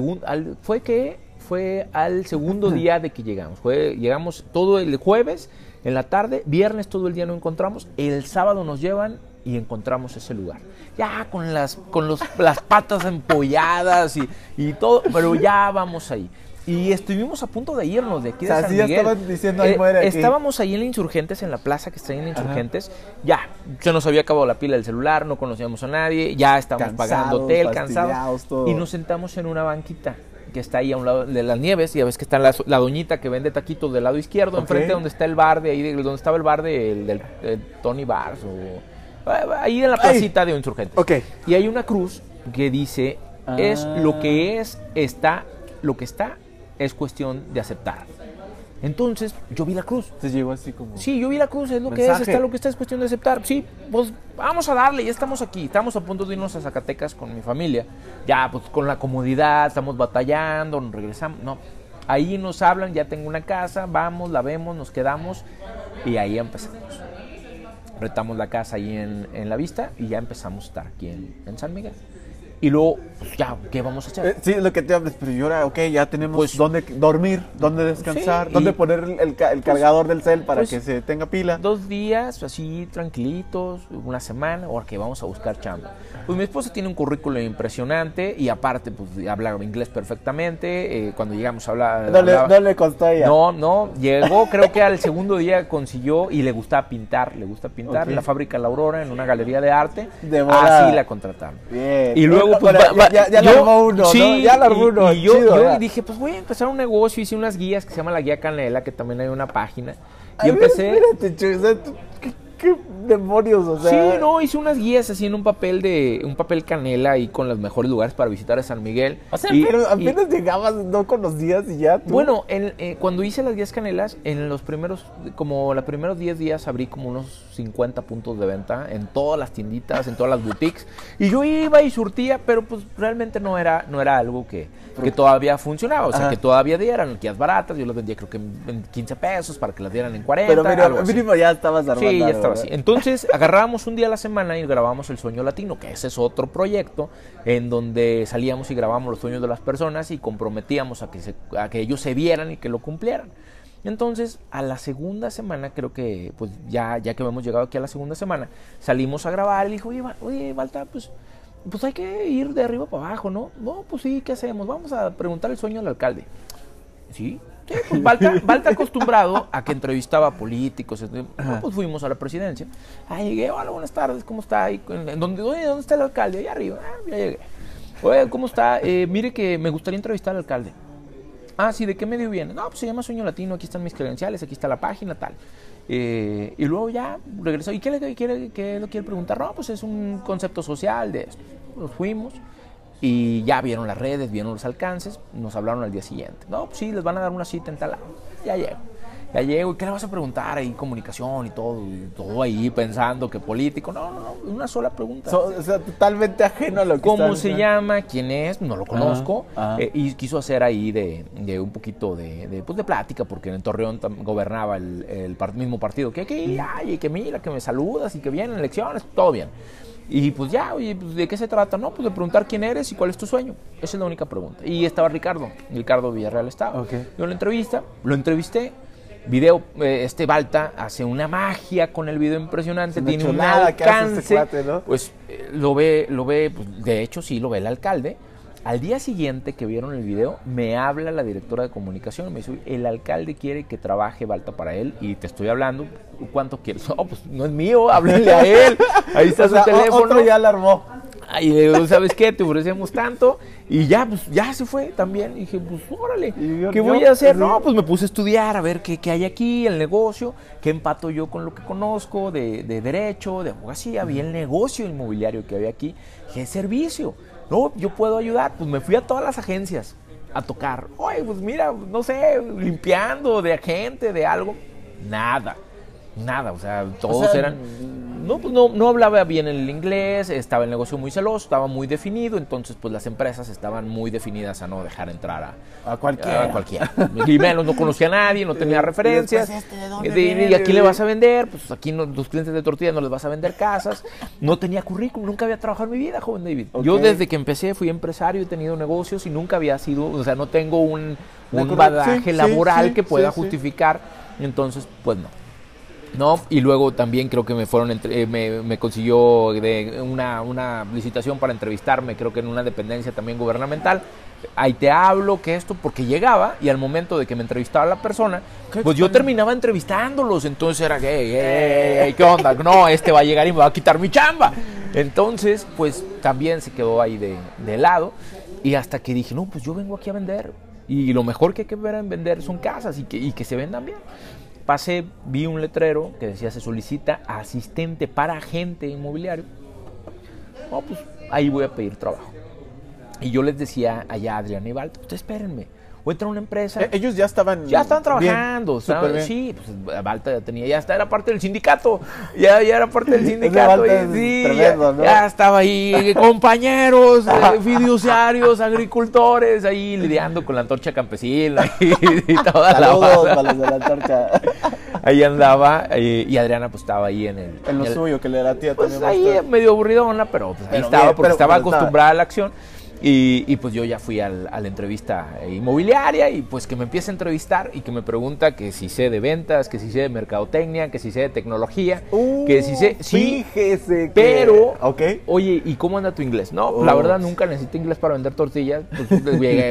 Fue al segundo día de que llegamos. Llegamos todo el jueves, en la tarde, viernes todo el día no encontramos, el sábado nos llevan y encontramos ese lugar. Ya con las patas empolladas y todo, pero ya vamos ahí. Y estuvimos a punto de irnos de aquí de San Miguel. Ya estaban diciendo, ahí muere aquí. Estábamos ahí en la Insurgentes, en la plaza que está ahí en la Insurgentes. Ya, se nos había acabado la pila del celular, no conocíamos a nadie, ya estábamos pagando hotel, cansados. Todo. Y nos sentamos en una banquita que está ahí a un lado de las Nieves. Ya ves que está la doñita que vende taquitos del lado izquierdo, enfrente donde está el bar de ahí, donde estaba el bar del Tony Bars, ahí en la placita de Insurgentes. Y hay una cruz que dice, es lo que está, lo que está es cuestión de aceptar. Entonces, yo vi la cruz. ¿Te llegó así como...? Sí, yo vi la cruz, es lo que es, está lo que está, es cuestión de aceptar. Sí, pues vamos a darle, ya estamos aquí. Estamos a punto de irnos a Zacatecas con mi familia. Ya, pues con la comodidad, estamos batallando, nos regresamos. No, ahí nos hablan, ya tengo una casa, vamos, la vemos, nos quedamos y ahí empezamos. Retamos la casa ahí en la vista y ya empezamos a estar aquí en San Miguel. Y luego, pues ya, ¿qué vamos a hacer? Sí, es lo que te hablas, pero yo ahora, ya tenemos pues, dónde dormir, dónde descansar, sí, dónde poner el cargador del cel para que se tenga pila. 2 días, así, tranquilitos, una semana, ahora que vamos a buscar chamba. Pues mi esposa tiene un currículum impresionante y aparte, pues habla inglés perfectamente. Cuando llegamos a hablar... No le costó a ella. No, llegó, creo que al segundo día consiguió y le gusta pintar en la fábrica La Aurora, en una galería de arte. Así la contrataron. Bien. Y luego pues, ya lo armó uno, sí, ¿no? Ya lo armó uno. Y yo dije, pues voy a empezar un negocio. Hice unas guías que se llama la Guía Canela, que también hay una página. Y empecé... Espérate, Chuy, o sea, ¿qué demonios? O sea... Sí, no, hice unas guías así en un papel canela ahí con los mejores lugares para visitar a San Miguel. O sea, pero apenas llegabas, no conocías y ya tú... Bueno, cuando hice las guías canelas, en los primeros 10 días abrí como unos 50 puntos de venta en todas las tienditas, en todas las boutiques. Y yo iba y surtía, pero pues realmente no era algo que todavía funcionaba. O sea, que todavía dieran guías baratas. Yo las vendía creo que en 15 pesos para que las dieran en 40. Pero mira, mínimo ya estabas armando. Sí, ya estaba así. Entonces agarrábamos un día a la semana y grabábamos El Sueño Latino, que ese es otro proyecto en donde salíamos y grabábamos los sueños de las personas y comprometíamos a que ellos se vieran y que lo cumplieran. Entonces, a la segunda semana, creo que, pues ya que hemos llegado aquí a la segunda semana, salimos a grabar y dijo, oye, Balta, pues hay que ir de arriba para abajo, ¿no? No, pues sí, ¿qué hacemos? Vamos a preguntar el sueño al alcalde. ¿Sí? Sí, pues Balta acostumbrado a que entrevistaba a políticos. Pues fuimos a la presidencia. Llegué, hola, buenas tardes, ¿cómo está? ¿Dónde está el alcalde? Allá arriba. Ya llegué. Oye, ¿cómo está? Mire que me gustaría entrevistar al alcalde. Sí, ¿de qué medio viene? No, pues se llama Sueño Latino, aquí están mis credenciales, aquí está la página, tal. Y luego ya regresó. ¿Y qué lo quiere preguntar? No, pues es un concepto social de esto. Nos fuimos. Y ya vieron las redes, vieron los alcances, nos hablaron al día siguiente. No, pues sí, les van a dar una cita en tal lado. Ya llego. ¿Y qué le vas a preguntar? Ahí comunicación y todo ahí pensando que político. No, una sola pregunta. O sea, totalmente ajeno a lo que ¿Cómo se llama? ¿Quién es? No lo conozco. Y quiso hacer ahí de un poquito de plática, porque en Torreón gobernaba el mismo partido que aquí. Y que mira, que me saludas y que vienen elecciones, todo bien. Y pues ya, oye, pues ¿de qué se trata? No, pues de preguntar quién eres y cuál es tu sueño. Esa es la única pregunta. Y estaba Ricardo Villarreal estaba. Yo lo entrevisté. Video, Balta hace una magia con el video impresionante, tiene un alcance, cuate, ¿no? Pues lo ve, pues, de hecho sí lo ve el alcalde. Al día siguiente que vieron el video, me habla la directora de comunicación y me dice, el alcalde quiere que trabaje Balta para él y te estoy hablando, ¿cuánto quieres? No, pues no es mío, háblenle a él, ahí está su teléfono. Otro ya la armó. Y le digo, ¿sabes qué? Te ofrecemos tanto. Y ya, pues ya se fue también. Y dije, pues órale, ¿qué voy a hacer? No, pues me puse a estudiar, a ver qué hay aquí, el negocio, qué empato yo con lo que conozco de derecho, de abogacía. Vi el negocio inmobiliario que había aquí, qué servicio. No, yo puedo ayudar. Pues me fui a todas las agencias a tocar. Oye, pues mira, no sé, limpiando de agente, de algo. Nada, o sea, todos eran... No hablaba bien el inglés, estaba el negocio muy celoso, estaba muy definido, entonces pues las empresas estaban muy definidas a no dejar entrar a cualquiera. Y menos, no conocía a nadie, no tenía referencias. ¿Y a quién le vas a vender? Pues aquí los clientes de tortilla no les vas a vender casas. No tenía currículum, nunca había trabajado en mi vida, joven David. Yo desde que empecé fui empresario, he tenido negocios y nunca había sido, o sea, no tengo un bagaje laboral que pueda justificar. Entonces, pues no. No, y luego también creo que me consiguió de una licitación para entrevistarme, creo que en una dependencia también gubernamental. Ahí te hablo, que esto, porque llegaba y al momento de que me entrevistaba la persona, pues yo terminaba entrevistándolos, entonces era que, ¿qué onda? No, va a llegar y me va a quitar mi chamba. Entonces, pues también se quedó ahí de lado, y hasta que dije, no, pues yo vengo aquí a vender, y lo mejor que hay que ver en vender son casas y que se vendan bien. Pasé, vi un letrero que decía, se solicita asistente para agente inmobiliario. No, pues ahí voy a pedir trabajo. Y yo les decía allá a Adriana y Walter, ustedes espérenme, voy a entrar a una empresa. Ellos ya estaban trabajando, bien. Sí, pues Walter era parte del sindicato, ya era parte del sindicato. Sí, tremendo, ¿no? Ya estaba ahí, compañeros, fiduciarios, agricultores, ahí lidiando con la antorcha campesina y toda Saludos para los de la antorcha. Ahí andaba, y Adriana pues estaba ahí en lo suyo, que le latía pues también. Ahí medio aburridona, pero pues ahí estaba, porque estaba acostumbrada a la acción. Y pues yo ya fui a la entrevista inmobiliaria, y pues que me empieza a entrevistar y que me pregunta que si sé de ventas, que si sé de mercadotecnia, que si sé de tecnología, que si sé... Sí, fíjese pero, okay. Oye, ¿y cómo anda tu inglés? No, la verdad nunca necesité inglés para vender tortillas. Pues,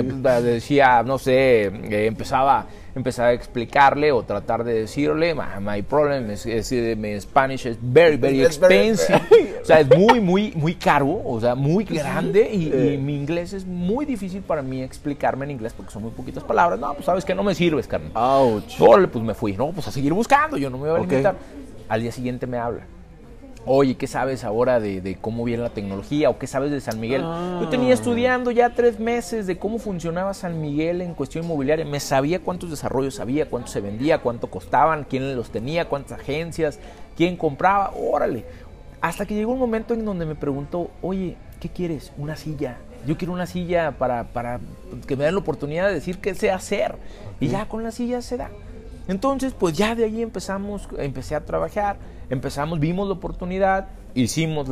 decía, no sé, empezaba a explicarle o tratar de decirle, my problem is my Spanish is very, very expensive. O sea, es muy caro, o sea, muy grande, y mi inglés es muy difícil para mí explicarme en inglés porque son muy poquitas palabras. No, pues sabes que no me sirves, carnal. Ouch. Órale, pues me fui. No, pues a seguir buscando, yo no me iba a limitar. Al día siguiente me habla. Oye, ¿qué sabes ahora de cómo viene la tecnología? ¿O qué sabes de San Miguel? Yo tenía estudiando ya 3 meses de cómo funcionaba San Miguel en cuestión inmobiliaria. Me sabía cuántos desarrollos había, cuánto se vendía, cuánto costaban, quién los tenía, cuántas agencias, quién compraba. Órale. Hasta que llegó un momento en donde me preguntó, oye, ¿qué quieres? Una silla. Yo quiero una silla para que me den la oportunidad de decir qué sé hacer. Y ya con la silla se da. Entonces, pues ya de ahí empecé a trabajar, vimos la oportunidad, hicimos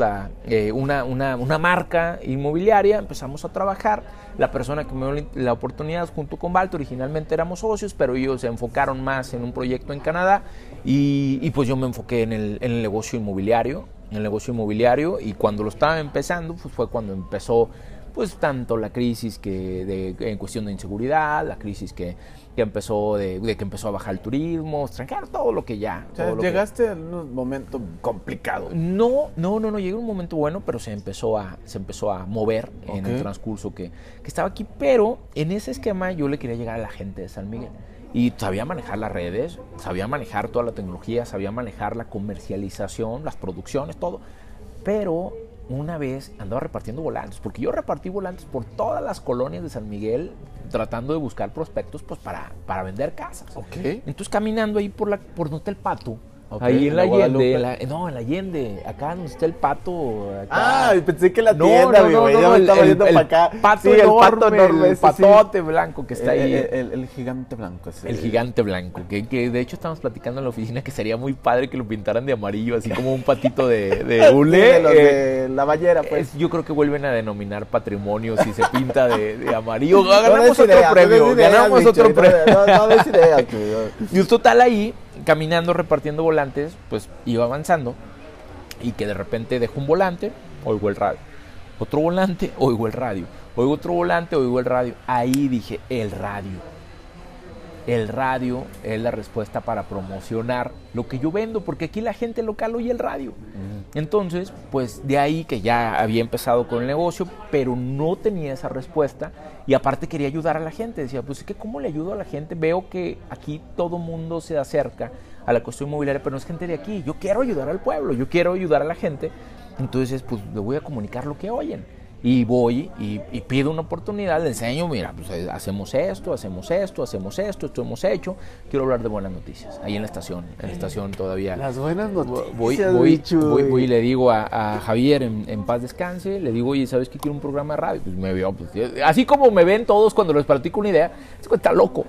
una marca inmobiliaria, empezamos a trabajar. La persona que me dio la oportunidad junto con Walter, originalmente éramos socios, pero ellos se enfocaron más en un proyecto en Canadá, y pues yo me enfoqué en el negocio inmobiliario, y cuando lo estaba empezando, pues fue cuando empezó pues tanto la crisis en cuestión de inseguridad, la crisis que empezó de que empezó a bajar el turismo extranjero, todo lo que ya. O sea, llegaste en un momento complicado. No, llegué a un momento bueno, pero se empezó a mover en el transcurso que estaba aquí, pero en ese esquema yo le quería llegar a la gente de San Miguel. Y sabía manejar las redes, sabía manejar toda la tecnología, sabía manejar la comercialización, las producciones, todo. Pero una vez andaba repartiendo volantes, porque yo repartí volantes por todas las colonias de San Miguel, tratando de buscar prospectos pues para vender casas. Entonces caminando ahí por donde está el Pato, ahí en la Allende, en la Allende, acá donde está el Pato. Acá. Pensé que la tienda, ya me estaba yendo para acá. Pato enorme, el patote blanco que está ahí. El gigante blanco. El gigante blanco, que de hecho estamos platicando en la oficina que sería muy padre que lo pintaran de amarillo, así como un patito de hule. De los de la ballera, pues. Yo creo que vuelven a denominar patrimonio si se pinta de amarillo. Ganamos otro premio. No des ideas. Y un total ahí, caminando, repartiendo volantes, pues iba avanzando, y que de repente dejo un volante, oigo el radio. Otro volante, oigo el radio. Oigo otro volante, oigo el radio. Ahí dije, el radio. El radio es la respuesta para promocionar lo que yo vendo, porque aquí la gente local oye el radio. Entonces, pues de ahí que ya había empezado con el negocio, pero no tenía esa respuesta, y aparte quería ayudar a la gente. Decía, pues es que ¿cómo le ayudo a la gente? Veo que aquí todo mundo se acerca a la cuestión inmobiliaria, pero no es gente de aquí. Yo quiero ayudar al pueblo, yo quiero ayudar a la gente. Entonces, pues le voy a comunicar lo que oyen. Y voy y pido una oportunidad, le enseño, mira, pues hacemos esto hemos hecho. Quiero hablar de buenas noticias. Ahí en la estación todavía. Las buenas noticias. Voy y le digo a Javier, en paz descanse, le digo, oye, ¿sabes qué quiero un programa de radio? Pues me vio, pues, así como me ven todos cuando les platico una idea, está loco.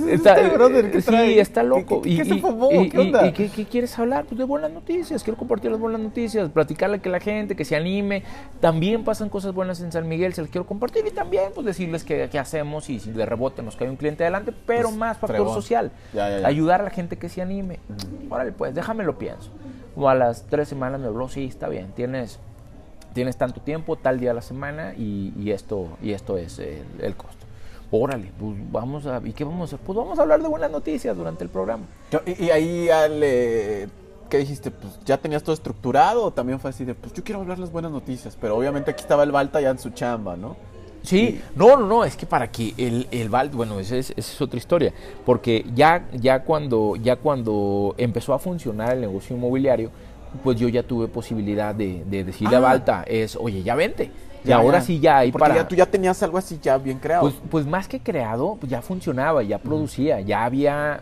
Está loco. ¿Qué se fumó? ¿Qué onda? ¿Y qué quieres hablar? Pues de buenas noticias, quiero compartir las buenas noticias, platicarle que la gente, que se anime. También pasan cosas buenas buenas en San Miguel, se las quiero compartir y también pues decirles qué hacemos y si de rebote nos cae un cliente adelante, pero pues, más factor social, ya. Ayudar a la gente que se anime. Órale, pues déjame lo pienso. O a las 3 semanas me habló, sí, está bien, tienes tanto tiempo, tal día a la semana y esto es el costo. Órale, pues ¿y qué vamos a hacer? Pues vamos a hablar de buenas noticias durante el programa. Y ahí, ¿qué dijiste? Pues ya tenías todo estructurado o también fue así de, pues yo quiero hablar las buenas noticias, pero obviamente aquí estaba el Balta ya en su chamba, ¿no? Sí, no, es que para que el Balta, bueno, esa es otra historia, porque ya cuando empezó a funcionar el negocio inmobiliario, pues yo ya tuve posibilidad de decirle a Balta, oye, ya vente. Y ahora sí ya hay porque tú ya tenías algo así ya bien creado. Pues más que creado, pues ya funcionaba, ya producía, ya había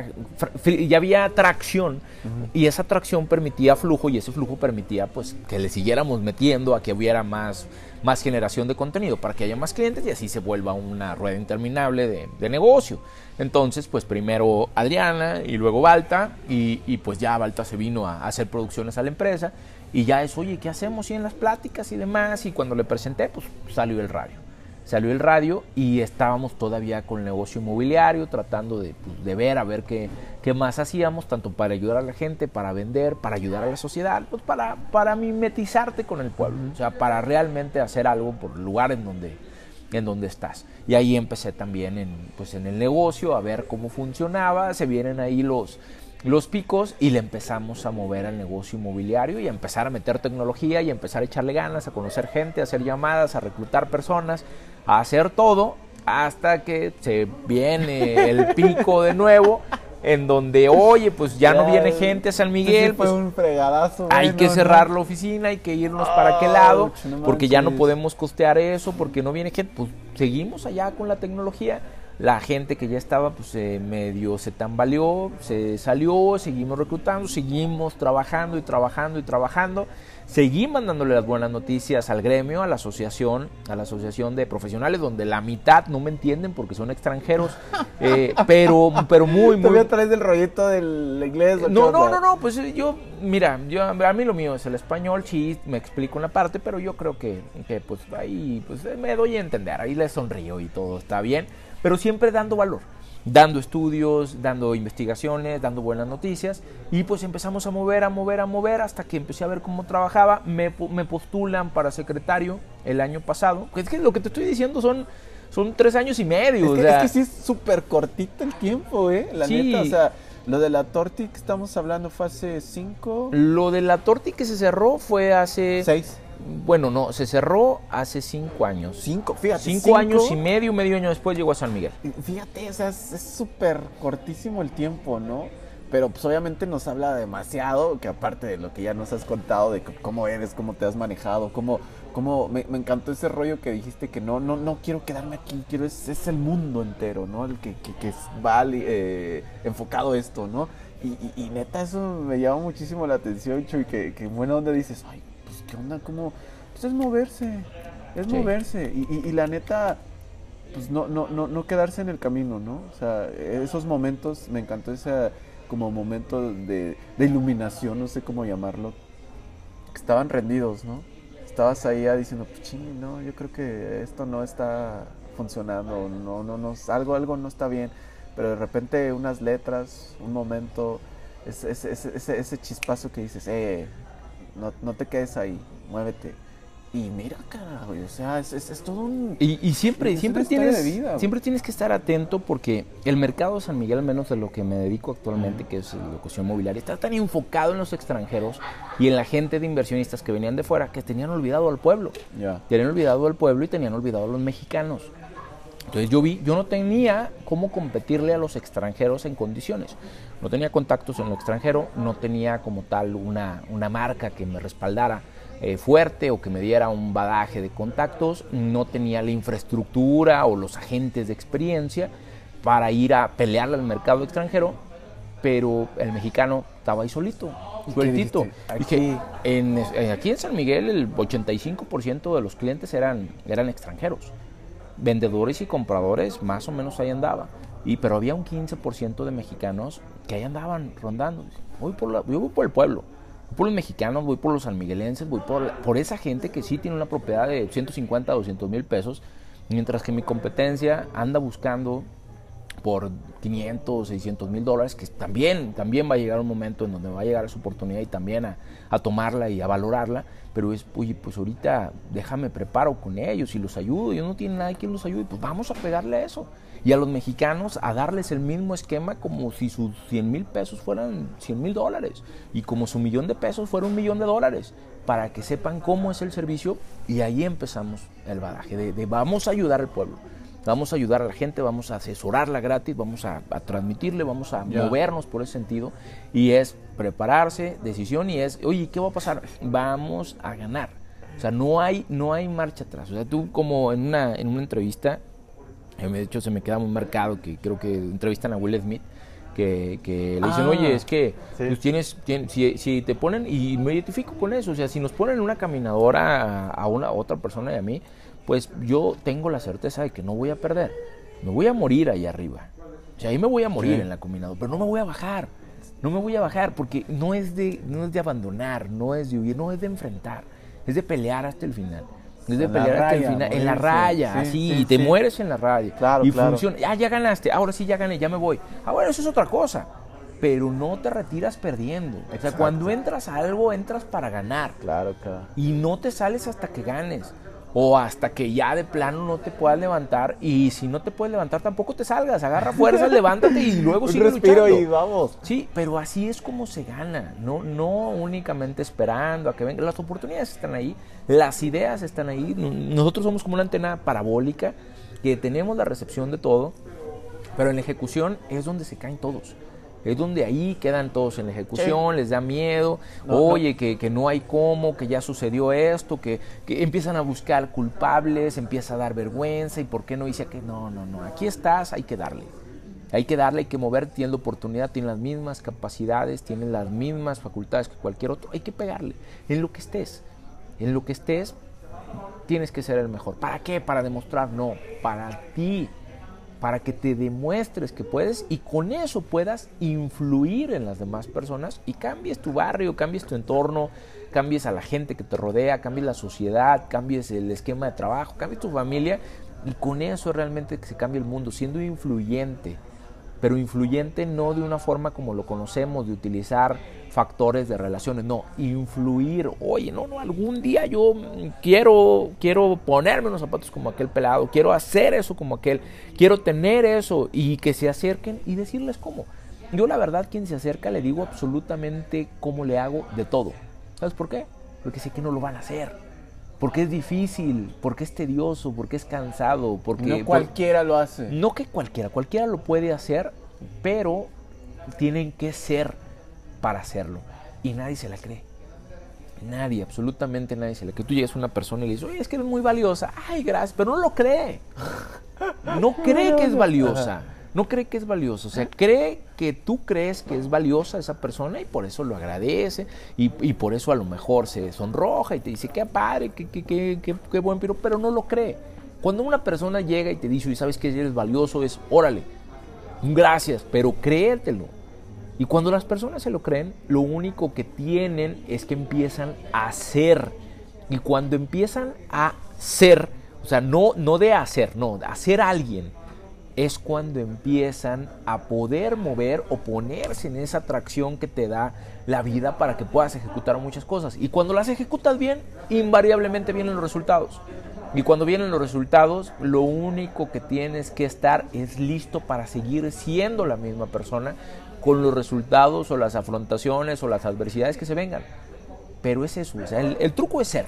tracción y esa tracción permitía flujo y ese flujo permitía pues que le siguiéramos metiendo a que hubiera más generación de contenido para que haya más clientes y así se vuelva una rueda interminable de negocio. Entonces, pues primero Adriana y luego Balta y pues ya Balta se vino a hacer producciones a la empresa. Y ya es, oye, ¿qué hacemos? Y en las pláticas y demás, y cuando le presenté, pues salió el radio y estábamos todavía con el negocio inmobiliario, tratando de ver, a ver qué más hacíamos, tanto para ayudar a la gente, para vender, para ayudar a la sociedad, pues para mimetizarte con el pueblo, o sea, para realmente hacer algo por el lugar en donde estás. Y ahí empecé también en el negocio, a ver cómo funcionaba, se vienen ahí los picos y le empezamos a mover al negocio inmobiliario y a empezar a meter tecnología y a empezar a echarle ganas, a conocer gente, a hacer llamadas, a reclutar personas, a hacer todo hasta que se viene el pico de nuevo en donde, oye, pues ya no viene gente a San Miguel, pues fue un fregadazo, hay que cerrar la oficina, hay que irnos para aquel lado, porque ya no podemos costear eso, porque no viene gente, pues seguimos allá con la tecnología. La gente que ya estaba, pues medio se tambaleó, se salió, seguimos reclutando, seguimos trabajando, seguí mandándole las buenas noticias al gremio, a la asociación de profesionales, donde la mitad no me entienden porque son extranjeros, pero muy... ¿Todavía traes del rollito del inglés? No, pues mira, a mí lo mío es el español, sí, me explico una parte, pero yo creo que pues ahí pues me doy a entender, ahí les sonrío y todo está bien. Pero siempre dando valor, dando estudios, dando investigaciones, dando buenas noticias y pues empezamos a mover hasta que empecé a ver cómo trabajaba, me postulan para secretario el año pasado, es que lo que te estoy diciendo son 3 años y medio. Es que sí es súper cortito el tiempo, la neta, o sea, lo de la Torti que estamos hablando fue hace 5. Lo de la Torti que se cerró fue hace 6. Bueno, no, se cerró hace 5 años. 5, fíjate. 5 años y medio año después llegó a San Miguel. Fíjate, o sea, es súper cortísimo el tiempo, ¿no? Pero pues obviamente nos habla demasiado, que aparte de lo que ya nos has contado, de cómo eres, cómo te has manejado, me encantó ese rollo que dijiste que no quiero quedarme aquí, es el mundo entero, ¿no? El que va enfocado a esto, ¿no? Y neta, eso me llama muchísimo la atención, Chuy, que buena onda dices, ay, pues qué onda, ¿cómo? Pues es moverse, y la neta, pues no quedarse en el camino, ¿no? O sea, esos momentos, me encantó ese como momento de iluminación, no sé cómo llamarlo, que estaban rendidos, ¿no? Estabas ahí ya diciendo, pues ching, no, yo creo que esto no está funcionando, algo no está bien, pero de repente unas letras, un momento, ese chispazo que dices, no te quedes ahí, muévete. Y mira, carajo, o sea, es todo un... Y siempre tienes que estar atento porque el mercado de San Miguel, al menos de lo que me dedico actualmente, que es la locución inmobiliaria, está tan enfocado en los extranjeros y en la gente de inversionistas que venían de fuera que tenían olvidado al pueblo. Tenían olvidado al pueblo y tenían olvidado a los mexicanos. Entonces yo no tenía cómo competirle a los extranjeros en condiciones. No tenía contactos en lo extranjero, no tenía como tal una marca que me respaldara fuerte o que me diera un bagaje de contactos, no tenía la infraestructura o los agentes de experiencia para ir a pelearle al mercado extranjero, pero el mexicano estaba ahí solito, sueltito. Aquí en San Miguel el 85% de los clientes eran extranjeros, vendedores y compradores más o menos ahí andaba, pero había un 15% de mexicanos que ahí andaban rondando. Yo voy por el pueblo. Voy por los mexicanos, voy por los sanmiguelenses, voy por esa gente que sí tiene una propiedad de 150, 200 mil pesos, mientras que mi competencia anda buscando por 500, 600 mil dólares, que también va a llegar un momento en donde va a llegar esa oportunidad y también a tomarla y a valorarla, pero es, oye, pues ahorita déjame preparo con ellos y los ayudo, ellos no tienen nadie quien los ayude, pues vamos a pegarle a eso. Y a los mexicanos a darles el mismo esquema como si sus 100 mil pesos fueran 100 mil dólares y como su millón de pesos fuera $1 millón, para que sepan cómo es el servicio, y ahí empezamos el badaje de vamos a ayudar al pueblo. Vamos a ayudar a la gente, vamos a asesorarla gratis, vamos a transmitirle, vamos a movernos por ese sentido. Y es prepararse, decisión, y es, oye, ¿qué va a pasar? Vamos a ganar. O sea, no hay marcha atrás. O sea, tú como en una entrevista, de hecho se me queda muy marcado, que creo que entrevistan a Will Smith, que le dicen, oye, es que pues si te ponen, y me identifico con eso, o sea, si nos ponen en una caminadora a otra persona y a mí, pues yo tengo la certeza de que no voy a perder. Me voy a morir ahí arriba. O sea, ahí me voy a morir en la caminadora, pero no me voy a bajar. No me voy a bajar porque no es de abandonar, no es de huir, no es de enfrentar. Es de pelear hasta el final. Es de pelear hasta el final, en la raya, así, y te mueres en la raya. Claro, y funciona. Ya ganaste, ahora sí ya gané, ya me voy. Bueno, eso es otra cosa. Pero no te retiras perdiendo. O sea, cuando entras a algo, entras para ganar. Claro. Y no te sales hasta que ganes. O hasta que ya de plano no te puedas levantar. Y si no te puedes levantar, tampoco te salgas. Agarra fuerzas, levántate y luego sigue luchando. Un respiro y vamos. Sí, pero así es como se gana. No únicamente esperando a que vengan. Las oportunidades están ahí. Las ideas están ahí. Nosotros somos como una antena parabólica que tenemos la recepción de todo. Pero en la ejecución es donde se caen todos. Es donde ahí quedan todos en la ejecución, les da miedo, que no hay cómo, que ya sucedió esto, que empiezan a buscar culpables, empieza a dar vergüenza, y por qué no hice que no, aquí estás, hay que darle, hay que mover, tiene la oportunidad, tiene las mismas capacidades, tiene las mismas facultades que cualquier otro, hay que pegarle, en lo que estés tienes que ser el mejor. ¿Para qué? Para demostrar, no, para ti. Para que te demuestres que puedes y con eso puedas influir en las demás personas y cambies tu barrio, cambies tu entorno, cambies a la gente que te rodea, cambies la sociedad, cambies el esquema de trabajo, cambies tu familia, y con eso realmente que se cambia el mundo, siendo influyente, pero influyente no de una forma como lo conocemos, de utilizar factores de relaciones, no, influir. Oye, no, algún día yo quiero ponerme unos zapatos como aquel pelado, quiero hacer eso como aquel, quiero tener eso, y que se acerquen y decirles cómo. Yo la verdad, quien se acerca le digo absolutamente cómo le hago de todo. ¿Sabes por qué? Porque sé que no lo van a hacer, porque es difícil, porque es tedioso, porque es cansado, porque no cualquiera lo hace. No que cualquiera lo puede hacer, pero tienen que ser para hacerlo. Y nadie se la cree. Nadie, absolutamente nadie se la cree. Tú llegas a una persona y le dices, oye, es que eres muy valiosa. Ay, gracias, pero no lo cree. No cree que es valiosa. No cree que es valiosa. O sea, cree que tú crees que es valiosa esa persona y por eso lo agradece. Y por eso a lo mejor se sonroja y te dice, qué padre, qué buen piro, pero no lo cree. Cuando una persona llega y te dice, y sabes que eres valioso, es, órale, gracias, pero créetelo. Y cuando las personas se lo creen, lo único que tienen es que empiezan a ser. Y cuando empiezan a ser, o sea, no de hacer, no, a ser alguien, es cuando empiezan a poder mover o ponerse en esa atracción que te da la vida para que puedas ejecutar muchas cosas. Y cuando las ejecutas bien, invariablemente vienen los resultados. Y cuando vienen los resultados, lo único que tienes que estar es listo para seguir siendo la misma persona con los resultados o las afrontaciones o las adversidades que se vengan. Pero es eso, o sea, el truco es ser.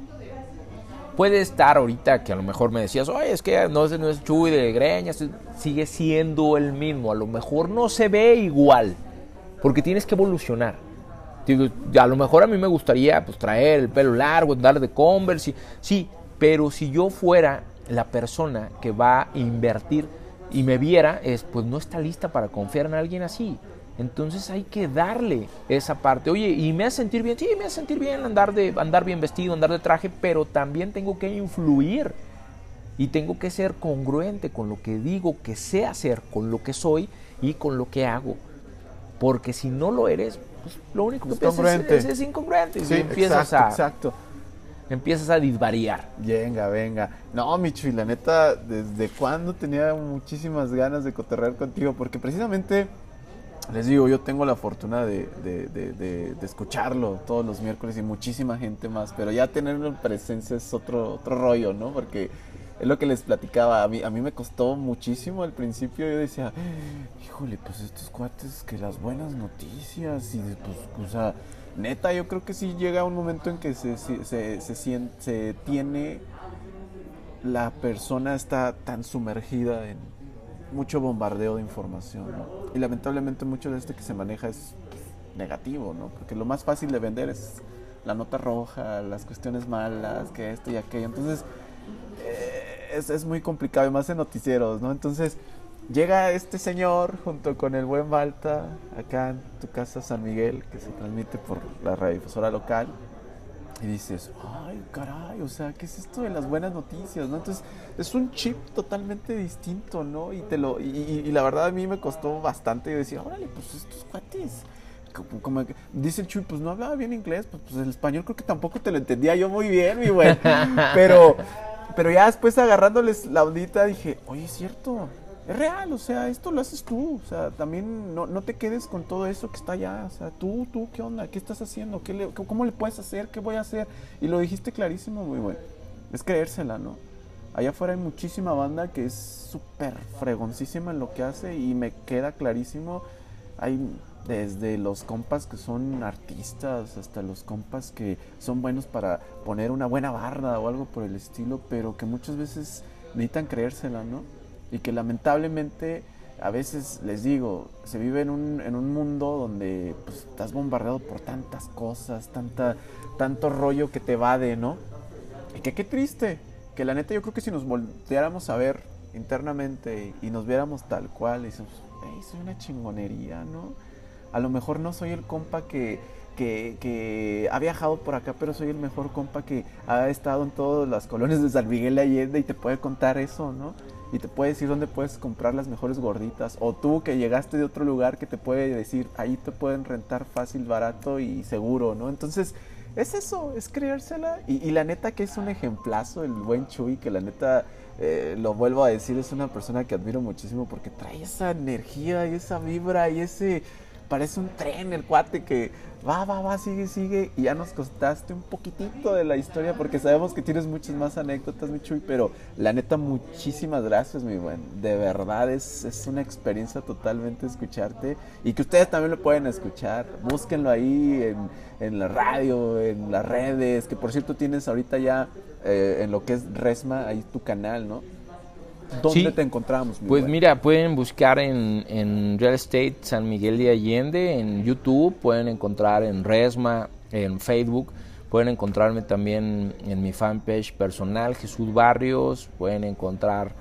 Puede estar ahorita que a lo mejor me decías, oye, es que no es Chuy de greñas, sigue siendo el mismo. A lo mejor no se ve igual, porque tienes que evolucionar. A lo mejor a mí me gustaría pues traer el pelo largo, andar de Converse, sí, pero si yo fuera la persona que va a invertir y me viera, pues no está lista para confiar en alguien así. Entonces hay que darle esa parte. Oye, ¿y me hace sentir bien? Sí, me hace sentir bien andar bien vestido, andar de traje, pero también tengo que influir y tengo que ser congruente con lo que digo que sé hacer, con lo que soy y con lo que hago. Porque si no lo eres, pues lo único que es piensas congruente. Es incongruente. Sí, Y exacto. Empiezas a disvariar. Venga. No, Michu, y la neta, ¿desde cuándo tenía muchísimas ganas de cotorrear contigo? Porque precisamente, les digo, yo tengo la fortuna de escucharlo todos los miércoles y muchísima gente más, pero ya tenerlo en presencia es otro rollo, ¿no? Porque es lo que les platicaba, a mí me costó muchísimo al principio. Yo decía, híjole, pues estos cuates, que las buenas noticias, y pues, o sea, neta, yo creo que sí llega un momento en que se tiene, la persona está tan sumergida en mucho bombardeo de información, ¿no? Y lamentablemente mucho de que se maneja es, pues, negativo, ¿no? Porque lo más fácil de vender es la nota roja, las cuestiones malas, que esto y aquello. Entonces, es muy complicado, y más en noticieros, ¿no? Entonces, llega este señor junto con el buen Balta acá en tu casa San Miguel, que se transmite por la radiodifusora local, y dices, ay, caray, o sea, ¿qué es esto de las buenas noticias, no? Entonces, es un chip totalmente distinto, ¿no? Y la verdad a mí me costó bastante. Yo decía, órale, pues estos cuates, como que dice el Chuy, pues no hablaba bien inglés, pues el español creo que tampoco te lo entendía yo muy bien, mi güey. Pero ya después, agarrándoles la ondita, dije, oye, es cierto, es real, o sea, esto lo haces tú, o sea, también no te quedes con todo eso que está allá, o sea, tú, ¿qué onda? ¿Qué estás haciendo? ¿Cómo le puedes hacer? ¿Qué voy a hacer? Y lo dijiste clarísimo, muy bueno, es creérsela, ¿no? Allá afuera hay muchísima banda que es súper fregoncísima en lo que hace, y me queda clarísimo. Hay desde los compas que son artistas hasta los compas que son buenos para poner una buena barra o algo por el estilo, pero que muchas veces necesitan creérsela, ¿no? Y que lamentablemente a veces, les digo, se vive en un mundo donde pues estás bombardeado por tantas cosas, tanto rollo que te evade, ¿no? Y que qué triste, que la neta yo creo que si nos volteáramos a ver internamente y nos viéramos tal cual, y decimos, hey, soy una chingonería, ¿no? A lo mejor no soy el compa que ha viajado por acá, pero soy el mejor compa que ha estado en todas las colonias de San Miguel de Allende y te puede contar eso, ¿no? Y te puede decir dónde puedes comprar las mejores gorditas. O tú que llegaste de otro lugar, que te puede decir, ahí te pueden rentar fácil, barato y seguro, ¿no? Entonces, es eso, es creérsela. Y la neta que es un ejemplazo el buen Chuy, que la neta, lo vuelvo a decir, es una persona que admiro muchísimo porque trae esa energía y esa vibra y ese... Parece un tren el cuate que va, sigue, y ya nos contaste un poquitito de la historia, porque sabemos que tienes muchas más anécdotas, mi Chuy, pero la neta, muchísimas gracias, mi buen. De verdad, es una experiencia totalmente escucharte, y que ustedes también lo pueden escuchar. Búsquenlo ahí en la radio, en las redes, que por cierto tienes ahorita ya en lo que es Resma, ahí tu canal, ¿no? ¿Dónde te encontramos? Pues mira, pueden buscar en Real Estate San Miguel de Allende, en YouTube, pueden encontrar en Resma, en Facebook, pueden encontrarme también en mi fanpage personal, Jesús Barrios, pueden encontrar,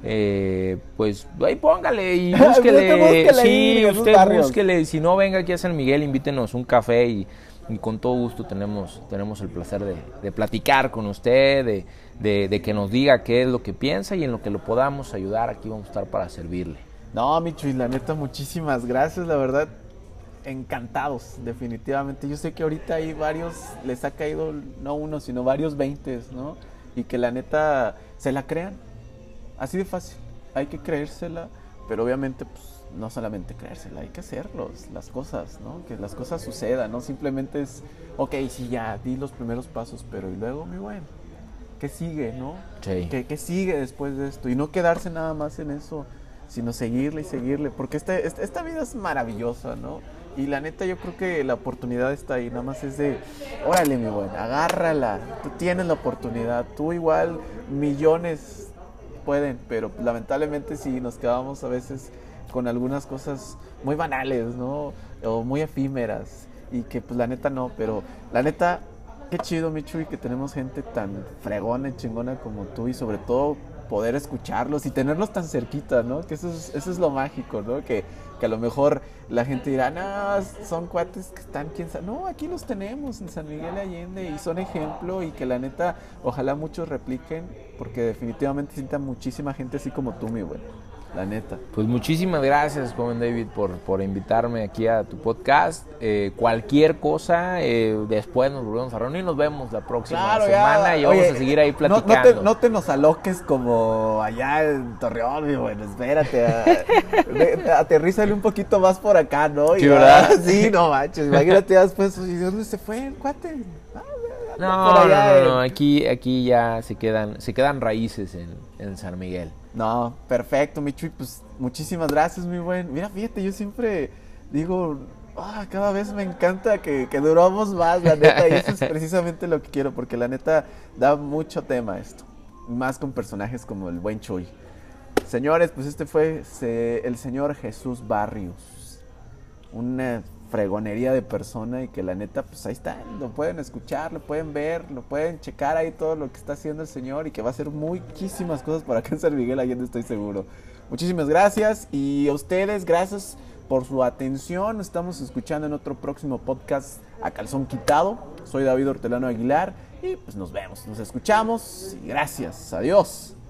pues ahí póngale y búsquele, sí, usted búsquele, si no, venga aquí a San Miguel, invítenos un café y con todo gusto tenemos el placer de platicar con usted, de que nos diga qué es lo que piensa, y en lo que lo podamos ayudar, aquí vamos a estar para servirle. No, Michu, y la neta, muchísimas gracias, la verdad, encantados, definitivamente. Yo sé que ahorita hay varios, les ha caído no uno, sino varios 20, ¿no? Y que la neta se la crean, así de fácil, hay que creérsela, pero obviamente pues no solamente creérsela, hay que hacerlo, las cosas, ¿no? Que las cosas sucedan, no simplemente es, ok, sí, ya di los primeros pasos, pero y luego, mi buen, ¿qué sigue, no? Sí. ¿Qué sigue después de esto? Y no quedarse nada más en eso, sino seguirle y seguirle, porque esta vida es maravillosa, ¿no? Y la neta, yo creo que la oportunidad está ahí, nada más es de, órale, mi buen, agárrala, tú tienes la oportunidad, tú igual, millones pueden, pero lamentablemente si nos quedamos a veces con algunas cosas muy banales, ¿no? O muy efímeras, y que pues la neta no, pero la neta, qué chido, Michu, y que tenemos gente tan fregona y chingona como tú, y sobre todo poder escucharlos y tenerlos tan cerquita, ¿no? Que eso es lo mágico, ¿no? Que a lo mejor la gente dirá, no, son cuates que están, quién sabe. No, aquí los tenemos en San Miguel de Allende y son ejemplo, y que la neta, ojalá muchos repliquen, porque definitivamente sientan muchísima gente así como tú, mi güey. la neta. Pues muchísimas gracias, joven David, por invitarme aquí a tu podcast. Cualquier cosa, después nos volvemos a reunir, nos vemos la próxima semana y vamos a seguir ahí platicando. No te nos aloques como allá en Torreón, mi bueno, espérate. Aterrízale un poquito más por acá, ¿no? Sí, ¿verdad? Sí, no manches, imagínate después, ¿y dónde se fue el cuate? No, aquí ya se quedan raíces en San Miguel. No, perfecto, mi Chuy, pues muchísimas gracias, mi buen. Mira, fíjate, yo siempre digo, cada vez me encanta que duramos más, la neta, y eso es precisamente lo que quiero, porque la neta da mucho tema esto, más con personajes como el buen Chuy. Señores, pues este fue el señor Jesús Barrios, una fregonería de persona y que la neta, pues ahí está, lo pueden escuchar, lo pueden ver, lo pueden checar ahí todo lo que está haciendo el señor y que va a hacer muchísimas cosas por acá en San Miguel Allende, estoy seguro. Muchísimas gracias y a ustedes, gracias por su atención. Nos estamos escuchando en otro próximo podcast a calzón quitado. Soy David Hortelano Aguilar y pues nos vemos, nos escuchamos y gracias, adiós.